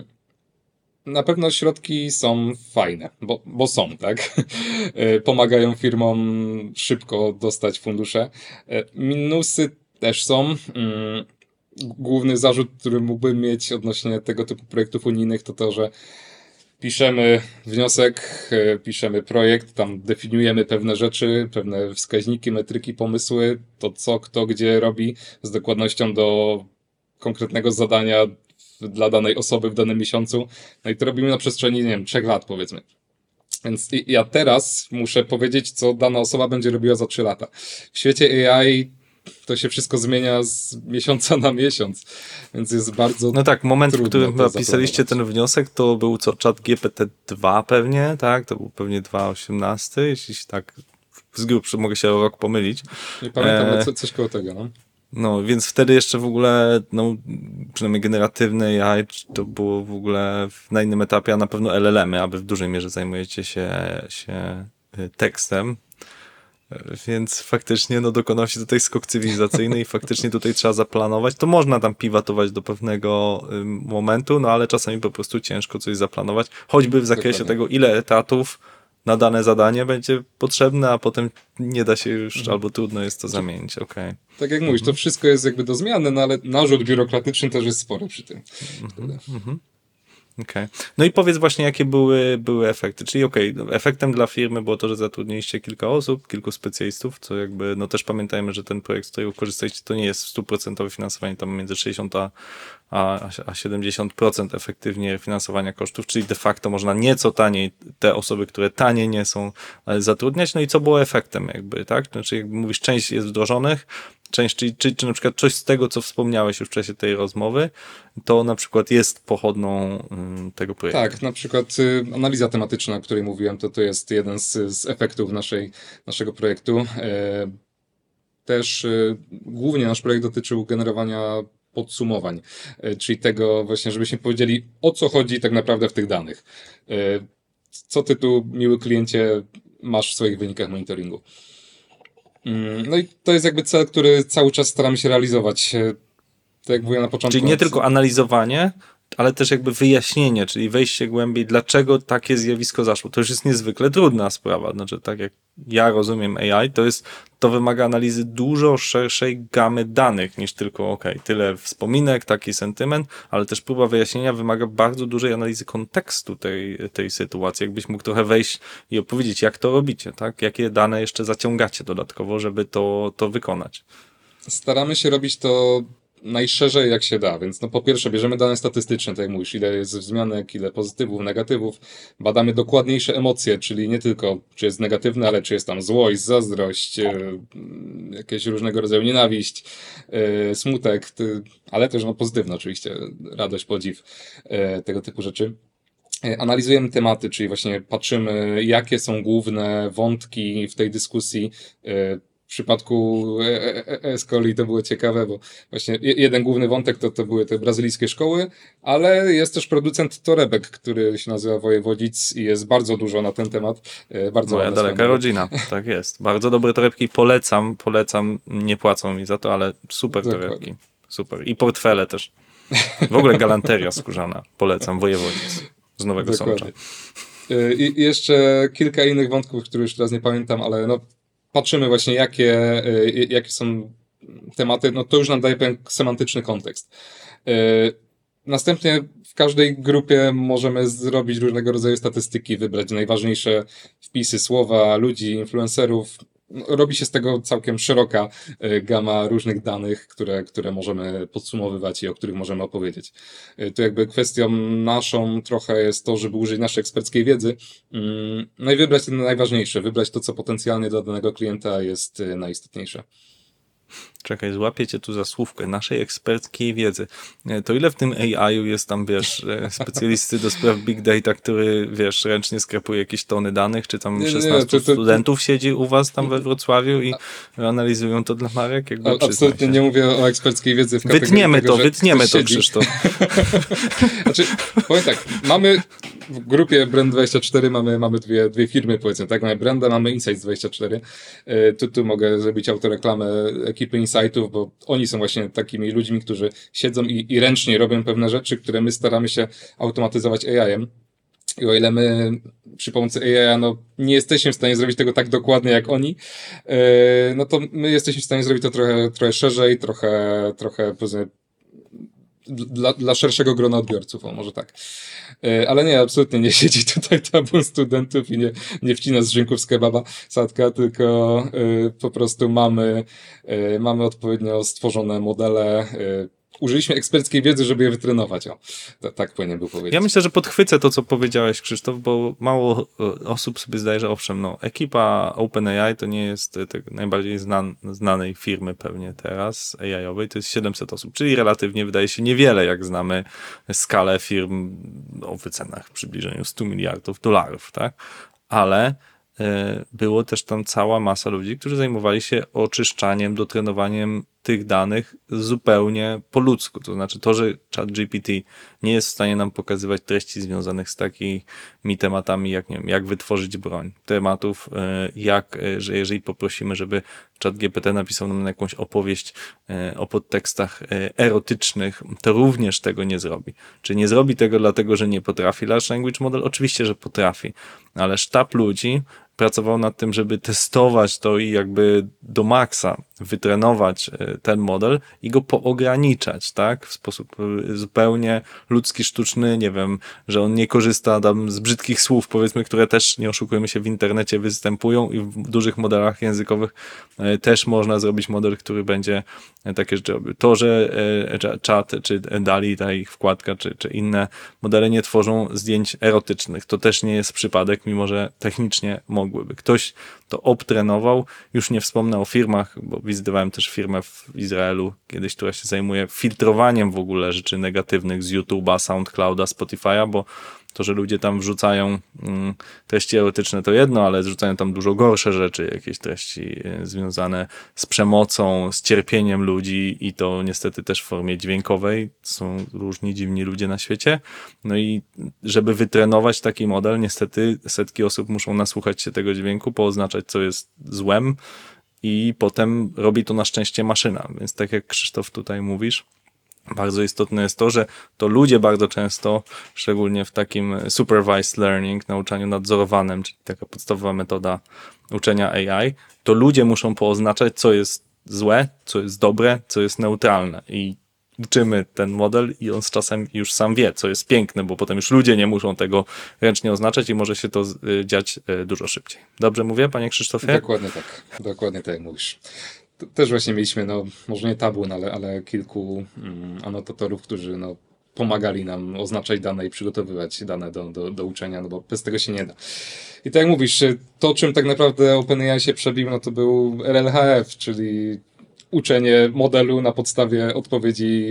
Na pewno środki są fajne, bo, bo są, tak? Y, Pomagają firmom szybko dostać fundusze. Y, Minusy też są. Mm, Główny zarzut, który mógłbym mieć odnośnie tego typu projektów unijnych, to to, że piszemy wniosek, e, piszemy projekt, tam definiujemy pewne rzeczy, pewne wskaźniki, metryki, pomysły, to co, kto, gdzie robi z dokładnością do konkretnego zadania dla danej osoby w danym miesiącu. No i to robimy na przestrzeni, nie wiem, trzech lat powiedzmy. Więc i- ja teraz muszę powiedzieć, co dana osoba będzie robiła za trzy lata. W świecie A I to się wszystko zmienia z miesiąca na miesiąc, więc jest bardzo No tak, moment, w trudno którym to napisaliście ten zaplanować. wniosek, to był co, czat G P T dwa pewnie, tak? To był pewnie dwa osiemnaście, jeśli się tak z grubsza mogę się o rok pomylić. Nie pamiętam, ale E, co, coś koło tego, no. No, więc wtedy jeszcze w ogóle, no, przynajmniej generatywne A I to było w ogóle na innym etapie, a na pewno L L M-y, a wy w dużej mierze zajmujecie się, się y, tekstem. Więc faktycznie no, dokonał się tutaj skok cywilizacyjny i faktycznie tutaj trzeba zaplanować. To można tam pivotować do pewnego y, momentu, no ale czasami po prostu ciężko coś zaplanować, choćby w zakresie Dokładnie. tego, ile etatów na dane zadanie będzie potrzebne, a potem nie da się już, Mhm. albo trudno jest to zamienić. Okej. Tak jak mówisz, to wszystko jest jakby do zmiany, no ale narzut biurokratyczny też jest spory przy tym. Okay. No i powiedz właśnie, jakie były, były efekty. Czyli okej, okay, efektem dla firmy było to, że zatrudniliście kilka osób, kilku specjalistów, co jakby, no też pamiętajmy, że ten projekt, z którego korzystaliście, to nie jest stu procent finansowanie, tam między sześćdziesiąt a, a siedemdziesiąt procent efektywnie finansowania kosztów, czyli de facto można nieco taniej te osoby, które taniej nie są, zatrudniać. No i co było efektem jakby, tak? Znaczy jakby mówisz, część jest wdrożonych, część, czy, czy, czy na przykład coś z tego, co wspomniałeś już w czasie tej rozmowy, to na przykład jest pochodną y, tego projektu. Tak, na przykład y, analiza tematyczna, o której mówiłem, to to jest jeden z, z efektów naszej, naszego projektu. Y, też y, głównie nasz projekt dotyczył generowania podsumowań, y, czyli tego właśnie, żebyśmy powiedzieli, o co chodzi tak naprawdę w tych danych. Y, co ty tu, miły kliencie, masz w swoich wynikach monitoringu. No i to jest jakby cel, który cały czas staramy się realizować. Tak jak mówiłem na początku. Czyli nie tylko analizowanie, ale też jakby wyjaśnienie, czyli wejście głębiej, dlaczego takie zjawisko zaszło. To już jest niezwykle trudna sprawa. Znaczy, tak jak ja rozumiem A I, to jest, to wymaga analizy dużo szerszej gamy danych niż tylko, ok, tyle wspominek, taki sentyment, ale też próba wyjaśnienia wymaga bardzo dużej analizy kontekstu tej, tej sytuacji. Jakbyś mógł trochę wejść i opowiedzieć, jak to robicie, tak? Jakie dane jeszcze zaciągacie dodatkowo, żeby to, to wykonać. Staramy się robić to najszerzej jak się da, więc no po pierwsze bierzemy dane statystyczne, tak jak mówisz, ile jest wzmianek, ile pozytywów, negatywów, badamy dokładniejsze emocje, czyli nie tylko czy jest negatywne, ale czy jest tam złość, zazdrość, yy, jakieś różnego rodzaju nienawiść, yy, smutek, ty, ale też no pozytywne oczywiście, radość, podziw, yy, tego typu rzeczy. Analizujemy tematy, czyli właśnie patrzymy, jakie są główne wątki w tej dyskusji. W przypadku e-Escoli to było ciekawe, bo właśnie jeden główny wątek to, to były te brazylijskie szkoły, ale jest też producent torebek, który się nazywa Wojewodzic i jest bardzo dużo na ten temat. Bardzo Moja daleka sprawa. rodzina, tak jest. Bardzo dobre torebki, polecam, polecam, nie płacą mi za to, ale super Dokładnie. torebki. Super. I portfele też. W ogóle galanteria skórzana, polecam, Wojewodzic z Nowego Sącza. I jeszcze kilka innych wątków, które już teraz nie pamiętam, ale no patrzymy właśnie, jakie, jakie są tematy, no to już nam daje pewien semantyczny kontekst. Następnie w każdej grupie możemy zrobić różnego rodzaju statystyki, wybrać najważniejsze wpisy, słowa, ludzi, influencerów. Robi się z tego całkiem szeroka gama różnych danych, które, które możemy podsumowywać i o których możemy opowiedzieć. Tu jakby kwestią naszą trochę jest to, żeby użyć naszej eksperckiej wiedzy, no i wybrać to najważniejsze, wybrać to, co potencjalnie dla danego klienta jest najistotniejsze. Czekaj, złapię cię tu za słówkę naszej eksperckiej wiedzy. To ile w tym A I-u jest tam, wiesz, specjalisty do spraw big data, który, wiesz, ręcznie skrapuje jakieś tony danych, czy tam Nie, nie, szesnastu to- to- studentów siedzi u was tam we Wrocławiu i analizują to dla marek? Jakby, A, przyznaj absolutnie się. nie mówię o eksperckiej wiedzy w kategorii Wytniemy tego, to, że wytniemy ktoś to, siedzi. Krzysztof. Znaczy, powiem tak, mamy w grupie Brand dwadzieścia cztery mamy, mamy dwie, dwie firmy, powiedzmy, tak? Mamy Branda, mamy Insights dwadzieścia cztery. E, Tu, tu mogę zrobić autoreklamę ekipy Insightów, bo oni są właśnie takimi ludźmi, którzy siedzą i, i ręcznie robią pewne rzeczy, które my staramy się automatyzować A I-em. I o ile my przy pomocy A I no, nie jesteśmy w stanie zrobić tego tak dokładnie jak oni, e, no to my jesteśmy w stanie zrobić to trochę, trochę szerzej, trochę, trochę powiedzmy, dla, dla szerszego grona odbiorców, o może tak. E, Ale nie, absolutnie nie siedzi tutaj tabun studentów i nie, nie wcina z drzynków z kebaba sadka, tylko e, po prostu mamy, e, mamy odpowiednio stworzone modele. e, Użyliśmy eksperckiej wiedzy, żeby je wytrenować. O, to, tak powinien był powiedzieć. Ja myślę, że podchwycę to, co powiedziałeś, Krzysztof, bo mało e, osób sobie zdaje, że owszem, no, ekipa OpenAI to nie jest e, tak najbardziej znan, znanej firmy pewnie teraz, A I-owej, to jest siedemset osób, czyli relatywnie wydaje się niewiele, jak znamy skalę firm o wycenach w przybliżeniu stu miliardów dolarów, tak? Ale e, było też tam cała masa ludzi, którzy zajmowali się oczyszczaniem, dotrenowaniem tych danych zupełnie po ludzku. To znaczy to, że ChatGPT nie jest w stanie nam pokazywać treści związanych z takimi tematami, jak nie wiem, jak wytworzyć broń. Tematów, e, jak, e, że jeżeli poprosimy, żeby ChatGPT napisał nam jakąś opowieść e, o podtekstach e, erotycznych, to również tego nie zrobi. Czy nie zrobi tego dlatego, że nie potrafi Large Language Model? Oczywiście, że potrafi, ale sztab ludzi pracował nad tym, żeby testować to i jakby do maksa wytrenować e, ten model i go poograniczać, tak? W sposób e, zupełnie ludzki, sztuczny, nie wiem, że on nie korzysta tam z brzydkich słów, powiedzmy, które też, nie oszukujmy się, w internecie występują i w dużych modelach językowych e, też można zrobić model, który będzie e, takie rzeczy robił. To, że e, czat, czy Dali, ta ich wkładka, czy, czy inne modele nie tworzą zdjęć erotycznych, to też nie jest przypadek, mimo że technicznie mogłyby. Ktoś to obtrenował, już nie wspomnę o firmach, bo wizytowałem też firmę w Izraelu kiedyś, która się zajmuje filtrowaniem w ogóle rzeczy negatywnych z YouTube'a, SoundClouda, Spotify'a, bo to, że ludzie tam wrzucają mm, treści erotyczne to jedno, ale wrzucają tam dużo gorsze rzeczy, jakieś treści y, związane z przemocą, z cierpieniem ludzi i to niestety też w formie dźwiękowej. Są różni dziwni ludzie na świecie. No i żeby wytrenować taki model, niestety setki osób muszą nasłuchać się tego dźwięku, pooznaczać, co jest złem i potem robi to na szczęście maszyna. Więc tak jak Krzysztof tutaj mówisz, bardzo istotne jest to, że to ludzie bardzo często, szczególnie w takim supervised learning, nauczaniu nadzorowanym, czyli taka podstawowa metoda uczenia A I, to ludzie muszą pooznaczać, co jest złe, co jest dobre, co jest neutralne i uczymy ten model i on z czasem już sam wie, co jest piękne, bo potem już ludzie nie muszą tego ręcznie oznaczać i może się to y, dziać y, dużo szybciej. Dobrze mówię, panie Krzysztofie? Dokładnie tak, dokładnie tak jak mówisz. To też właśnie mieliśmy, no może nie tabun, ale, ale kilku mm, anotatorów, którzy no, pomagali nam oznaczać dane i przygotowywać dane do, do, do uczenia, no bo bez tego się nie da. I tak jak mówisz, to czym tak naprawdę OpenAI się przebił, no to był R L H F, czyli uczenie modelu na podstawie odpowiedzi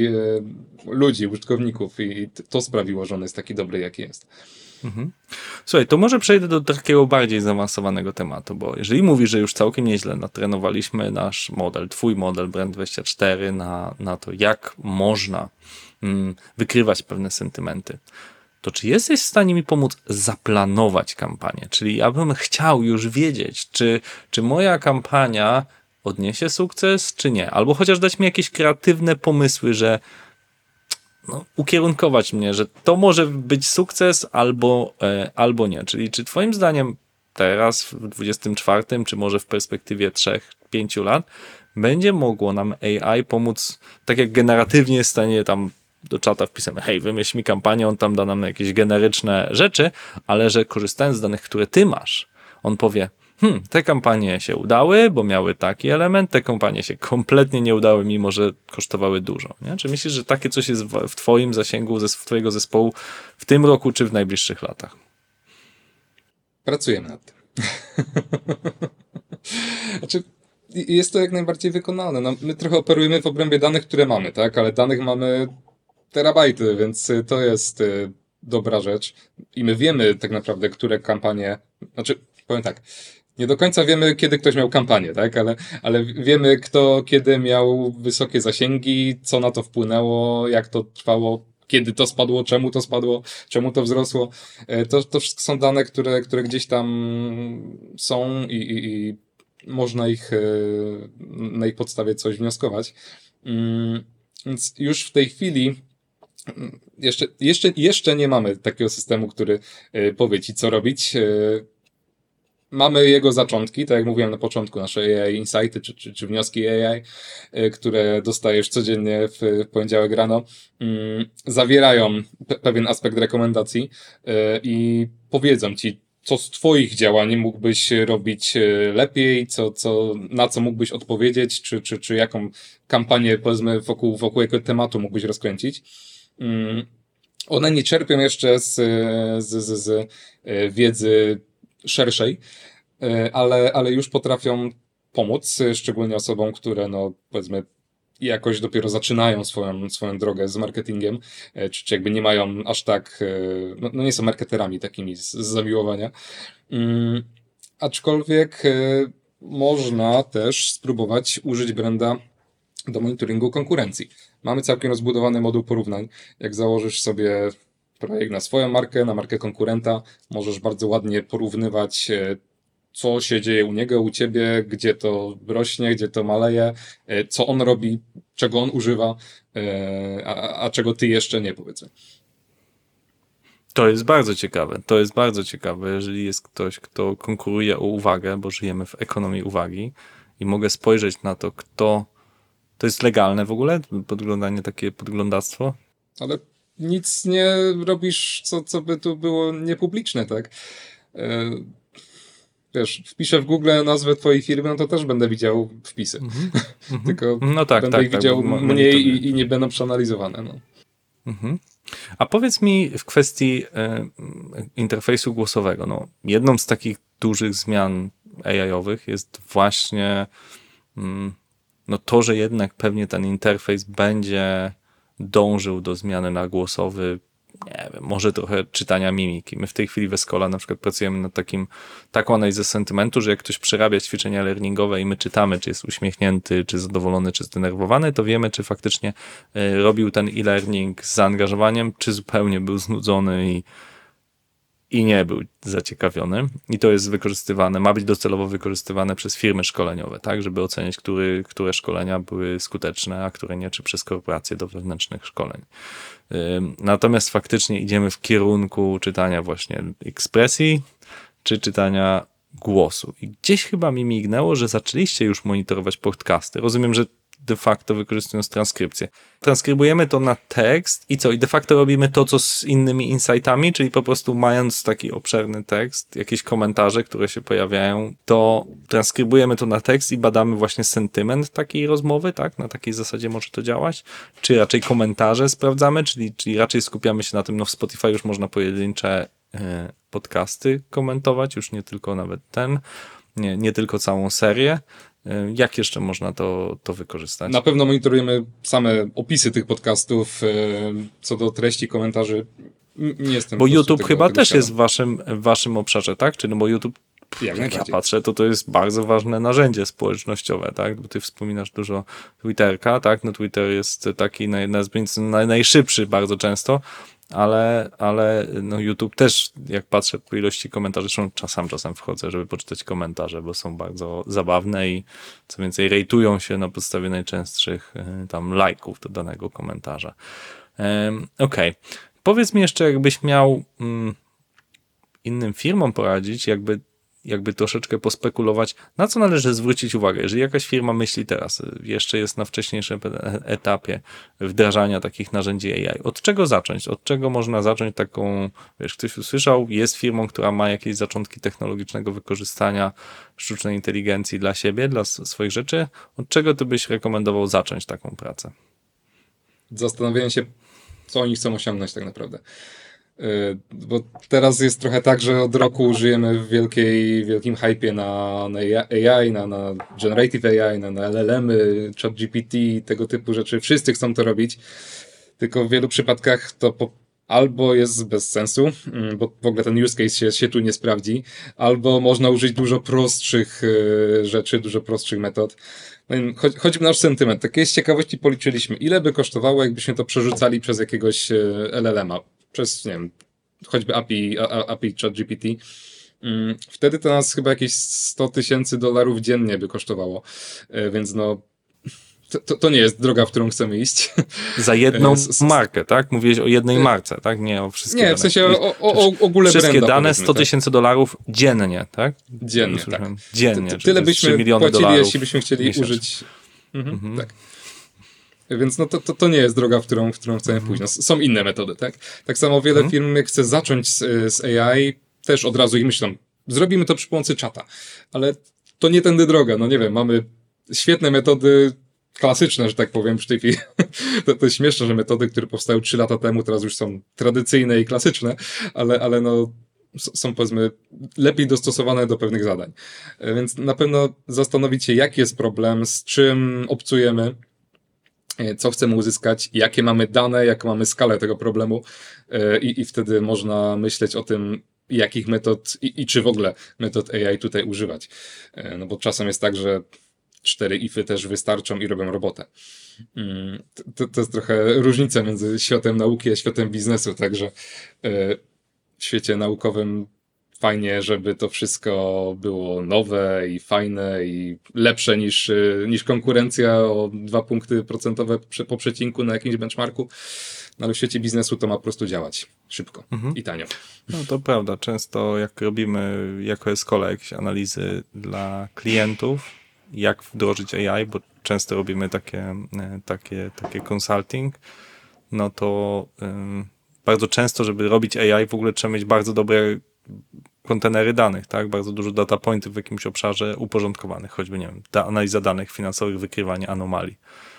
e, ludzi, użytkowników i to sprawiło, że on jest taki dobry, jaki jest. Mhm. Słuchaj, to może przejdę do takiego bardziej zaawansowanego tematu, bo jeżeli mówisz, że już całkiem nieźle natrenowaliśmy nasz model, twój model Brand dwadzieścia cztery na, na to, jak można mm, wykrywać pewne sentymenty, to czy jesteś w stanie mi pomóc zaplanować kampanię? Czyli ja bym chciał już wiedzieć, czy, czy moja kampania odniesie sukces, czy nie? Albo chociaż dać mi jakieś kreatywne pomysły, że no, ukierunkować mnie, że to może być sukces albo, e, albo nie. Czyli czy twoim zdaniem teraz w dwudziestym czwartym, czy może w perspektywie trzech pięciu lat będzie mogło nam A I pomóc, tak jak generatywnie jest w stanie tam do czata wpisamy, hej, wymyśl mi kampanię, on tam da nam jakieś generyczne rzeczy, ale że korzystając z danych, które ty masz, on powie, Hmm, te kampanie się udały, bo miały taki element, te kampanie się kompletnie nie udały, mimo że kosztowały dużo. Nie? Czy myślisz, że takie coś jest w, w twoim zasięgu, zes- w twojego zespołu w tym roku, czy w najbliższych latach? Pracujemy nad tym. Znaczy, jest to jak najbardziej wykonalne. No, my trochę operujemy w obrębie danych, które mamy, tak? Ale danych mamy terabajty, więc to jest y, dobra rzecz. I my wiemy tak naprawdę, które kampanie... Znaczy, powiem tak, nie do końca wiemy, kiedy ktoś miał kampanię, tak? Ale, ale wiemy, kto kiedy miał wysokie zasięgi, co na to wpłynęło, jak to trwało, kiedy to spadło, czemu to spadło, czemu to wzrosło. To, to wszystko są dane, które, które gdzieś tam są i, i, i można ich na ich podstawie coś wnioskować. Więc już w tej chwili jeszcze, jeszcze, jeszcze nie mamy takiego systemu, który powie ci, co robić. Mamy jego zaczątki, tak jak mówiłem na początku, nasze A I Insighty czy, czy, czy wnioski A I, które dostajesz codziennie w poniedziałek rano, mm, zawierają pe- pewien aspekt rekomendacji yy, i powiedzą ci, co z twoich działań mógłbyś robić lepiej, co, co, na co mógłbyś odpowiedzieć, czy, czy, czy jaką kampanię, powiedzmy, wokół, wokół jakiego tematu mógłbyś rozkręcić. Yy, one nie czerpią jeszcze z, z, z, z wiedzy szerszej, ale, ale już potrafią pomóc, szczególnie osobom, które no powiedzmy jakoś dopiero zaczynają swoją, swoją drogę z marketingiem, czy, czy jakby nie mają aż tak, no, no nie są marketerami takimi z, z zamiłowania. Um, aczkolwiek y, można też spróbować użyć branda do monitoringu konkurencji. Mamy całkiem rozbudowany moduł porównań. Jak założysz sobie projekt na swoją markę, na markę konkurenta, możesz bardzo ładnie porównywać, co się dzieje u niego, u ciebie, gdzie to rośnie, gdzie to maleje, co on robi, czego on używa, a, a czego ty jeszcze nie, powiedzmy. To jest bardzo ciekawe. To jest bardzo ciekawe, jeżeli jest ktoś, kto konkuruje o uwagę, bo żyjemy w ekonomii uwagi i mogę spojrzeć na to, kto... To jest legalne w ogóle? Podglądanie, takie podglądactwo? Ale nic nie robisz, co, co by tu było niepubliczne, tak? E, wiesz, wpiszę w Google nazwę twojej firmy, no to też będę widział wpisy. Mm-hmm. Tylko no tak, będę tak, ich widział tak, bo ma- mniej monitoruję. i, i nie będą przeanalizowane. No. Mhm. A powiedz mi w kwestii e, interfejsu głosowego, no, jedną z takich dużych zmian A I-owych jest właśnie mm, no to, że jednak pewnie ten interfejs będzie dążył do zmiany na głosowy, nie wiem, może trochę czytania mimiki. My w tej chwili w Escola na przykład pracujemy nad takim, taką analizę sentymentu, że jak ktoś przerabia ćwiczenia learningowe i my czytamy, czy jest uśmiechnięty, czy zadowolony, czy zdenerwowany, to wiemy, czy faktycznie y, robił ten e-learning z zaangażowaniem, czy zupełnie był znudzony i i nie był zaciekawiony. I to jest wykorzystywane, ma być docelowo wykorzystywane przez firmy szkoleniowe, tak, żeby ocenić, który, które szkolenia były skuteczne, a które nie, czy przez korporacje do wewnętrznych szkoleń. Ym, Natomiast faktycznie idziemy w kierunku czytania właśnie ekspresji, czy czytania głosu. I gdzieś chyba mi mignęło, że zaczęliście już monitorować podcasty. Rozumiem, że de facto wykorzystując transkrypcję. Transkrybujemy to na tekst i co? I de facto robimy to, co z innymi insightami, czyli po prostu mając taki obszerny tekst, jakieś komentarze, które się pojawiają, to transkrybujemy to na tekst i badamy właśnie sentyment takiej rozmowy, tak? Na takiej zasadzie może to działać? Czy raczej komentarze sprawdzamy, czyli, czyli raczej skupiamy się na tym, no w Spotify już można pojedyncze e, podcasty komentować, już nie tylko nawet ten, nie, nie tylko całą serię. Jak jeszcze można to, to wykorzystać? Na pewno monitorujemy same opisy tych podcastów, e, co do treści komentarzy. n- Nie jestem Bo po prostu YouTube tego- chyba tego też świadom. jest w waszym, w waszym obszarze, tak? Czyli no bo YouTube, Jak jak ja najbardziej. patrzę, to to jest bardzo ważne narzędzie społecznościowe, tak? Bo ty wspominasz dużo Twitterka, tak? No Twitter jest taki naj, nazwijmy to naj, najszybszy bardzo często, ale, ale no YouTube też, jak patrzę po ilości komentarzy, zresztą czasem, czasem wchodzę, żeby poczytać komentarze, bo są bardzo zabawne i co więcej rejtują się na podstawie najczęstszych e, tam lajków do danego komentarza. Um, Okej. Okay. Powiedz mi jeszcze, jakbyś miał mm, innym firmom poradzić, jakby, jakby troszeczkę pospekulować, na co należy zwrócić uwagę. Jeżeli jakaś firma myśli teraz, jeszcze jest na wcześniejszym etapie wdrażania takich narzędzi A I, od czego zacząć? Od czego można zacząć taką, wiesz, ktoś usłyszał, jest firmą, która ma jakieś zaczątki technologicznego wykorzystania sztucznej inteligencji dla siebie, dla s- swoich rzeczy. Od czego ty byś rekomendował zacząć taką pracę? Zastanawiałem się, co oni chcą osiągnąć tak naprawdę. Yy, Bo teraz jest trochę tak, że od roku żyjemy w wielkiej, wielkim hypie na, na A I, na, na generative A I, na, na L L M-y, ChatGPT, tego typu rzeczy. Wszyscy chcą to robić, tylko w wielu przypadkach to po, albo jest bez sensu, mm, bo w ogóle ten use case się, się tu nie sprawdzi, albo można użyć dużo prostszych yy, rzeczy, dużo prostszych metod. No i cho- choćby nasz sentyment. Takiej z ciekawości policzyliśmy, ile by kosztowało, jakbyśmy to przerzucali przez jakiegoś yy, L L M-a, przez, nie wiem, choćby A P I, A- A- A P I ChatGPT. Mm, Wtedy to nas chyba jakieś sto tysięcy dolarów dziennie by kosztowało, Yy, więc no to, to, to nie jest droga, w którą chcemy iść. Za jedną S- s- markę, tak? Mówiłeś o jednej marce, tak? Nie o wszystkich. Nie, w sensie o, o, o ogóle Wszystkie branda, dane powiedzmy, sto tak. tysięcy dolarów dziennie, tak? Dziennie, Usłyszałem. tak. Dziennie. Ty- czyli Tyle to jest trzy byśmy miliony płacili, dolarów jeśli byśmy chcieli miesięcznie. użyć. Mhm, Tak. Więc no to, to, to nie jest droga, w którą, w którą chcemy pójść. No, s- są inne metody, tak? Tak samo wiele Mhm. firm, jak chce zacząć z, z A I, też od razu ich myślą, zrobimy to przy pomocy czata. Ale to nie tędy droga. No nie wiem, mamy świetne metody klasyczne, że tak powiem, przy tej chwili. To, to jest śmieszne, że metody, które powstały trzy lata temu, teraz już są tradycyjne i klasyczne, ale, ale no s- są, powiedzmy, lepiej dostosowane do pewnych zadań. E, Więc na pewno zastanowić się, jaki jest problem, z czym obcujemy, e, co chcemy uzyskać, jakie mamy dane, jaką mamy skalę tego problemu, e, i, i wtedy można myśleć o tym, jakich metod i, i czy w ogóle metod A I tutaj używać. E, No bo czasem jest tak, że cztery ify też wystarczą i robią robotę. Mm, To, to jest trochę różnica między światem nauki a światem biznesu, także e, w świecie naukowym fajnie, żeby to wszystko było nowe i fajne i lepsze niż, e, niż konkurencja o dwa punkty procentowe prze- po przecinku na jakimś benchmarku, no ale w świecie biznesu to ma po prostu działać szybko Mhm. i tanio. No to prawda. Często jak robimy jako Escola jakieś analizy dla klientów jak wdrożyć A I, bo często robimy takie, takie, takie consulting, no to um, bardzo często, żeby robić A I, w ogóle trzeba mieć bardzo dobre kontenery danych, tak? Bardzo dużo data pointów w jakimś obszarze uporządkowanych, choćby, nie wiem, da, analiza danych finansowych, wykrywanie anomalii.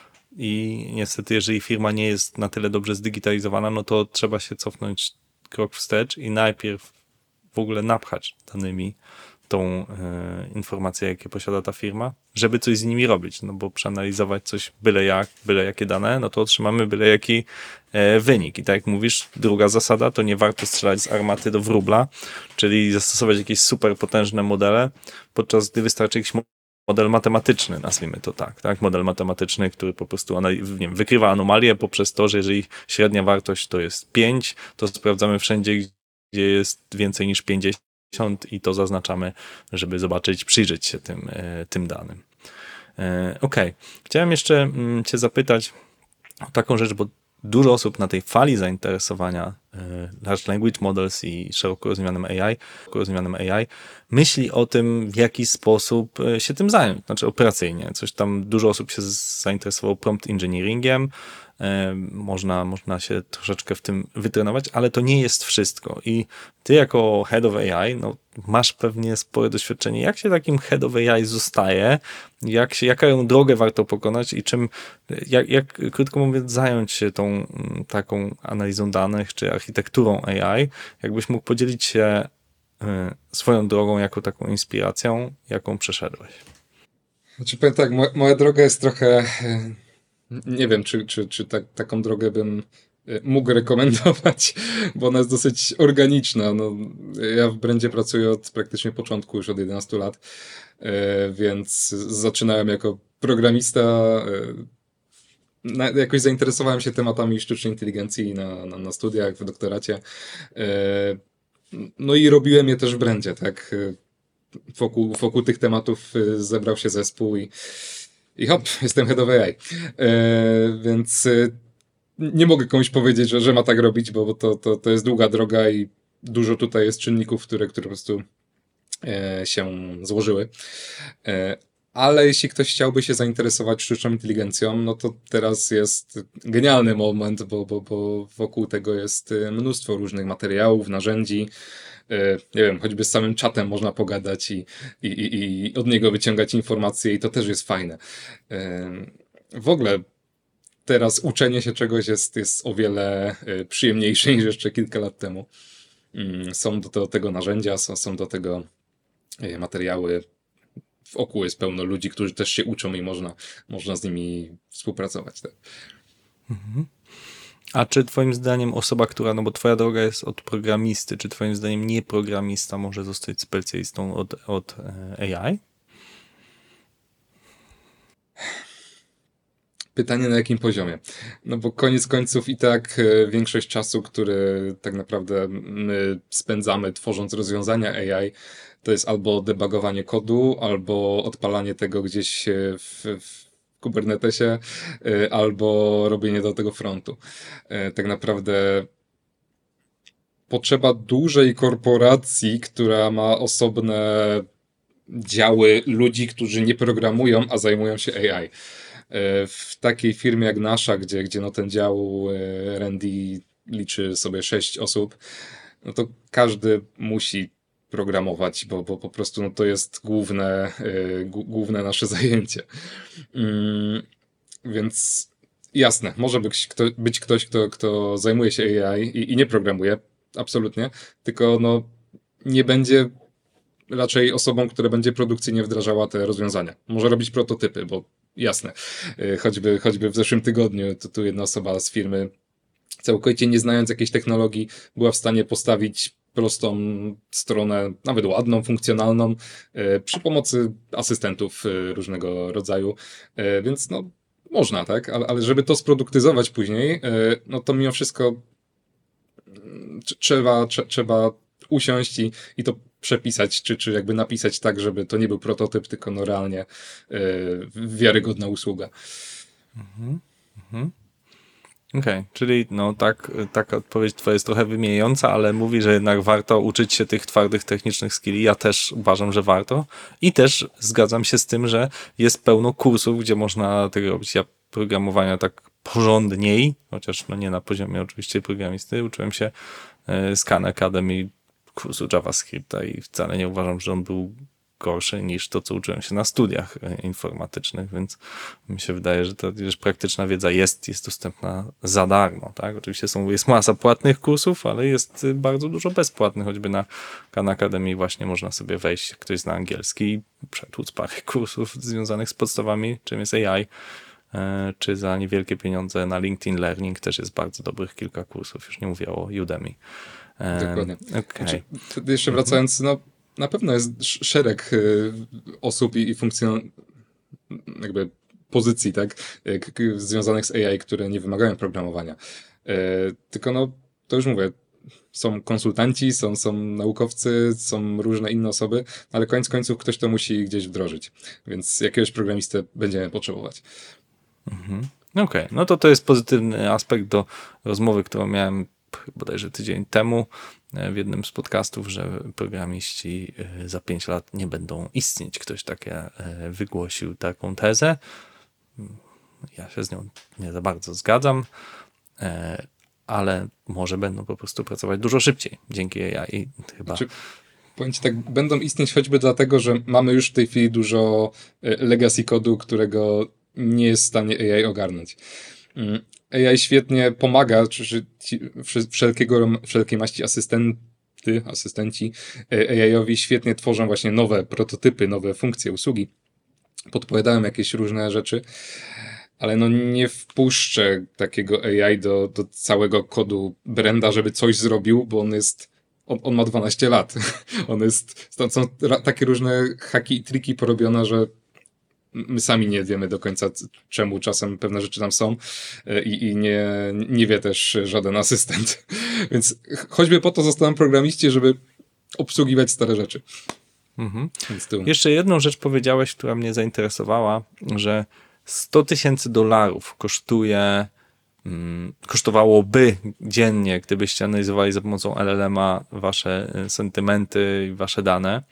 I niestety, jeżeli firma nie jest na tyle dobrze zdigitalizowana, no to trzeba się cofnąć krok wstecz i najpierw w ogóle napchać danymi tą e, informację, jakie posiada ta firma, żeby coś z nimi robić, no bo przeanalizować coś byle jak, byle jakie dane, no to otrzymamy byle jaki e, wynik. I tak jak mówisz, druga zasada, to nie warto strzelać z armaty do wróbla, czyli zastosować jakieś super potężne modele, podczas gdy wystarczy jakiś model matematyczny, nazwijmy to tak, tak? Model matematyczny, który po prostu analiz- nie wiem, wykrywa anomalie poprzez to, że jeżeli średnia wartość to jest pięć, to sprawdzamy wszędzie, gdzie jest więcej niż pięćdziesiąt i to zaznaczamy, żeby zobaczyć, przyjrzeć się tym, tym danym. Okej. Okay. Chciałem jeszcze cię zapytać o taką rzecz, bo dużo osób na tej fali zainteresowania Large Language Models i szeroko rozumianym A I, szeroko rozumianym A I myśli o tym, w jaki sposób się tym zająć, znaczy operacyjnie. Coś tam, dużo osób się zainteresowało prompt engineeringiem, Można, można się troszeczkę w tym wytrenować, ale to nie jest wszystko. I ty jako head of A I, no, masz pewnie spore doświadczenie. Jak się takim head of A I zostaje? Jak się, jaką drogę warto pokonać i czym, jak, jak krótko mówiąc, zająć się tą taką analizą danych czy architekturą A I? Jakbyś mógł podzielić się y, swoją drogą jako taką inspiracją, jaką przeszedłeś? Znaczy, powiem tak, moja, moja droga jest trochę... Nie wiem, czy, czy, czy tak, taką drogę bym mógł rekomendować, bo ona jest dosyć organiczna. No, ja w Brandzie pracuję od praktycznie początku, już od jedenastu lat, więc zaczynałem jako programista. Na, jakoś zainteresowałem się tematami sztucznej inteligencji na, na, na studiach, w doktoracie. No i robiłem je też w Brandzie, tak? Wokół, wokół tych tematów zebrał się zespół i I hop, jestem head of A I. E, więc e, nie mogę komuś powiedzieć, że, że ma tak robić, bo to, to, to jest długa droga i dużo tutaj jest czynników, które, które po prostu e, się złożyły. E, ale jeśli ktoś chciałby się zainteresować sztuczną inteligencją, no to teraz jest genialny moment, bo, bo, bo wokół tego jest mnóstwo różnych materiałów, narzędzi. Nie wiem, choćby z samym czatem można pogadać i, i, i, i od niego wyciągać informacje i to też jest fajne. W ogóle teraz uczenie się czegoś jest, jest o wiele przyjemniejsze niż jeszcze kilka lat temu. Są do, do tego narzędzia, są, są do tego materiały. Wokół jest pełno ludzi, którzy też się uczą i można, można z nimi współpracować. Tak? Mhm. A czy twoim zdaniem osoba, która, no bo twoja droga jest od programisty, czy twoim zdaniem nie programista może zostać specjalistą od, od A I? Pytanie na jakim poziomie? No bo koniec końców i tak większość czasu, który tak naprawdę my spędzamy tworząc rozwiązania A I, to jest albo debugowanie kodu, albo odpalanie tego gdzieś w, w Kubernetesie, albo robienie do tego frontu. Tak naprawdę potrzeba dużej korporacji, która ma osobne działy ludzi, którzy nie programują, a zajmują się A I. W takiej firmie jak nasza, gdzie, gdzie no ten dział R and D liczy sobie sześć osób, no to każdy musi programować, bo, bo po prostu no to jest główne, yy, główne nasze zajęcie. Yy, więc jasne, może być, kto, być ktoś, kto, kto zajmuje się A I i, i nie programuje, absolutnie, tylko no nie będzie raczej osobą, która będzie produkcyjnie wdrażała te rozwiązania. Może robić prototypy, bo jasne, choćby, choćby w zeszłym tygodniu to tu jedna osoba z firmy, całkowicie nie znając jakiejś technologii, była w stanie postawić prostą stronę, nawet ładną, funkcjonalną, przy pomocy asystentów różnego rodzaju, więc no można, tak, ale, ale żeby to sproduktyzować później, no to mimo wszystko trzeba, trzeba usiąść i, i to przepisać, czy, czy jakby napisać tak, żeby to nie był prototyp, tylko no realnie yy, wiarygodna usługa. Mhm, mhm. Okej, okay, czyli no tak, taka odpowiedź twoja jest trochę wymijająca, ale mówi, że jednak warto uczyć się tych twardych technicznych skilli. Ja też uważam, że warto i też zgadzam się z tym, że jest pełno kursów, gdzie można tego robić. Ja programowania tak porządniej, chociaż no nie na poziomie oczywiście programisty, uczyłem się z Khan Academy kursu JavaScripta i wcale nie uważam, że on był gorszy niż to, co uczyłem się na studiach informatycznych, więc mi się wydaje, że ta że praktyczna wiedza jest, jest dostępna za darmo, tak? Oczywiście są, jest masa płatnych kursów, ale jest bardzo dużo bezpłatnych, choćby na Khan Academy właśnie można sobie wejść, jak ktoś zna angielski i przetłuc parę kursów związanych z podstawami, czym jest A I, czy za niewielkie pieniądze na LinkedIn Learning też jest bardzo dobrych kilka kursów, już nie mówię o Udemy. Dokładnie. Okay. Znaczy, jeszcze wracając, no na pewno jest sz- szereg y, osób i, i funkcjon... jakby pozycji, tak, y, k- k- związanych z A I, które nie wymagają programowania. Y, tylko no, to już mówię, są konsultanci, są, są naukowcy, są różne inne osoby, ale koniec końców ktoś to musi gdzieś wdrożyć, więc jakiegoś programistę będziemy potrzebować. Mhm. Okej, okay. No to to jest pozytywny aspekt do rozmowy, którą miałem bodajże tydzień temu w jednym z podcastów, że programiści za pięć lat nie będą istnieć. Ktoś takie wygłosił taką tezę. Ja się z nią nie za bardzo zgadzam, ale może będą po prostu pracować dużo szybciej dzięki A I. Chyba. Znaczy, powiem ci tak, będą istnieć choćby dlatego, że mamy już w tej chwili dużo legacy kodu, którego nie jest w stanie A I ogarnąć. A I świetnie pomaga, czy wszelkiego, wszelkiej maści asystenty, asystenci A I-owi świetnie tworzą właśnie nowe prototypy, nowe funkcje, usługi. Podpowiadają jakieś różne rzeczy, ale no nie wpuszczę takiego A I do, do całego kodu Brenda, żeby coś zrobił, bo on jest, on, on ma dwanaście lat. On jest, stąd są takie różne haki i triki porobione, że my sami nie wiemy do końca, czemu czasem pewne rzeczy tam są i, i nie, nie wie też żaden asystent. Więc choćby po to zostałem programiści, żeby obsługiwać stare rzeczy. Mhm. Więc tu... Jeszcze jedną rzecz powiedziałeś, która mnie zainteresowała, że sto tysięcy dolarów kosztuje, mm, kosztowałoby dziennie, gdybyście analizowali za pomocą L L M-a wasze sentymenty i wasze dane,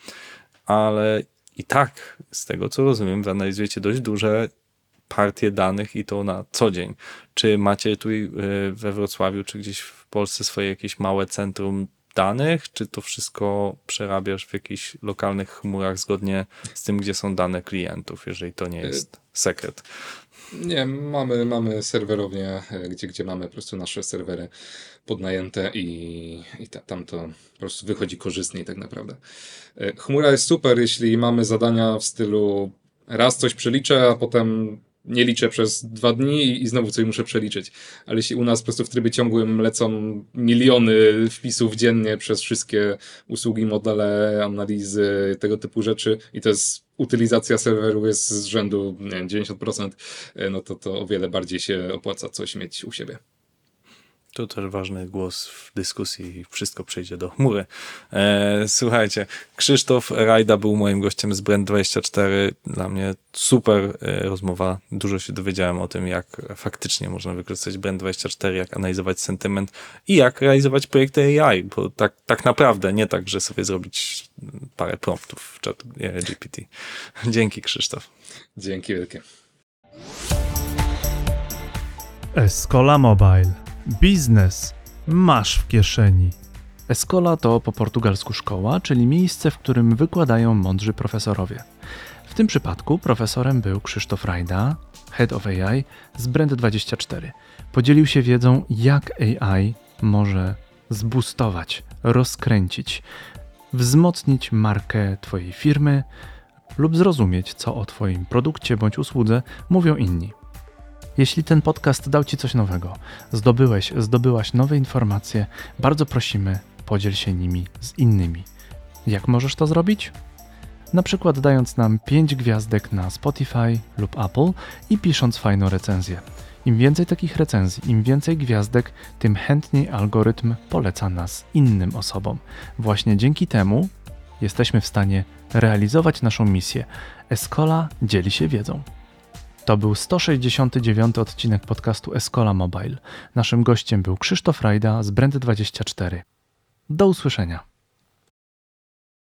ale i tak, z tego co rozumiem, wy analizujecie dość duże partie danych i to na co dzień. Czy macie tu we Wrocławiu, czy gdzieś w Polsce swoje jakieś małe centrum danych, czy to wszystko przerabiasz w jakichś lokalnych chmurach zgodnie z tym, gdzie są dane klientów, jeżeli to nie jest sekret? Nie, mamy, mamy serwerownię, gdzie, gdzie mamy po prostu nasze serwery podnajęte i, i ta, tam to po prostu wychodzi korzystniej tak naprawdę. Chmura jest super, jeśli mamy zadania w stylu raz coś przeliczę, a potem nie liczę przez dwa dni i, i znowu coś muszę przeliczyć. Ale jeśli u nas po prostu w trybie ciągłym lecą miliony wpisów dziennie przez wszystkie usługi, modele, analizy, tego typu rzeczy i to jest utylizacja serweru jest z rzędu nie wiem, dziewięćdziesiąt procent, no to, to o wiele bardziej się opłaca coś mieć u siebie. To też ważny głos w dyskusji i wszystko przejdzie do chmury. E, słuchajcie, Krzysztof Rajda był moim gościem z Brand dwadzieścia cztery. Dla mnie super e, rozmowa. Dużo się dowiedziałem o tym, jak faktycznie można wykorzystać Brand dwadzieścia cztery, jak analizować sentyment i jak realizować projekty A I, bo tak, tak naprawdę, nie tak, że sobie zrobić parę promptów w czatu G P T. Dzięki, Krzysztof. Dzięki wielkie. Escola Mobile. Biznes masz w kieszeni. Escola to po portugalsku szkoła, czyli miejsce, w którym wykładają mądrzy profesorowie. W tym przypadku profesorem był Krzysztof Rajda, Head of A I z Brand dwadzieścia cztery. Podzielił się wiedzą, jak A I może zboostować, rozkręcić, wzmocnić markę Twojej firmy lub zrozumieć, co o Twoim produkcie bądź usłudze mówią inni. Jeśli ten podcast dał Ci coś nowego, zdobyłeś, zdobyłaś nowe informacje, bardzo prosimy, podziel się nimi z innymi. Jak możesz to zrobić? Na przykład dając nam pięć gwiazdek na Spotify lub Apple i pisząc fajną recenzję. Im więcej takich recenzji, im więcej gwiazdek, tym chętniej algorytm poleca nas innym osobom. Właśnie dzięki temu jesteśmy w stanie realizować naszą misję. Escola dzieli się wiedzą. To był sto sześćdziesiąty dziewiąty odcinek podcastu Escola Mobile. Naszym gościem był Krzysztof Rajda z Brand dwadzieścia cztery. Do usłyszenia.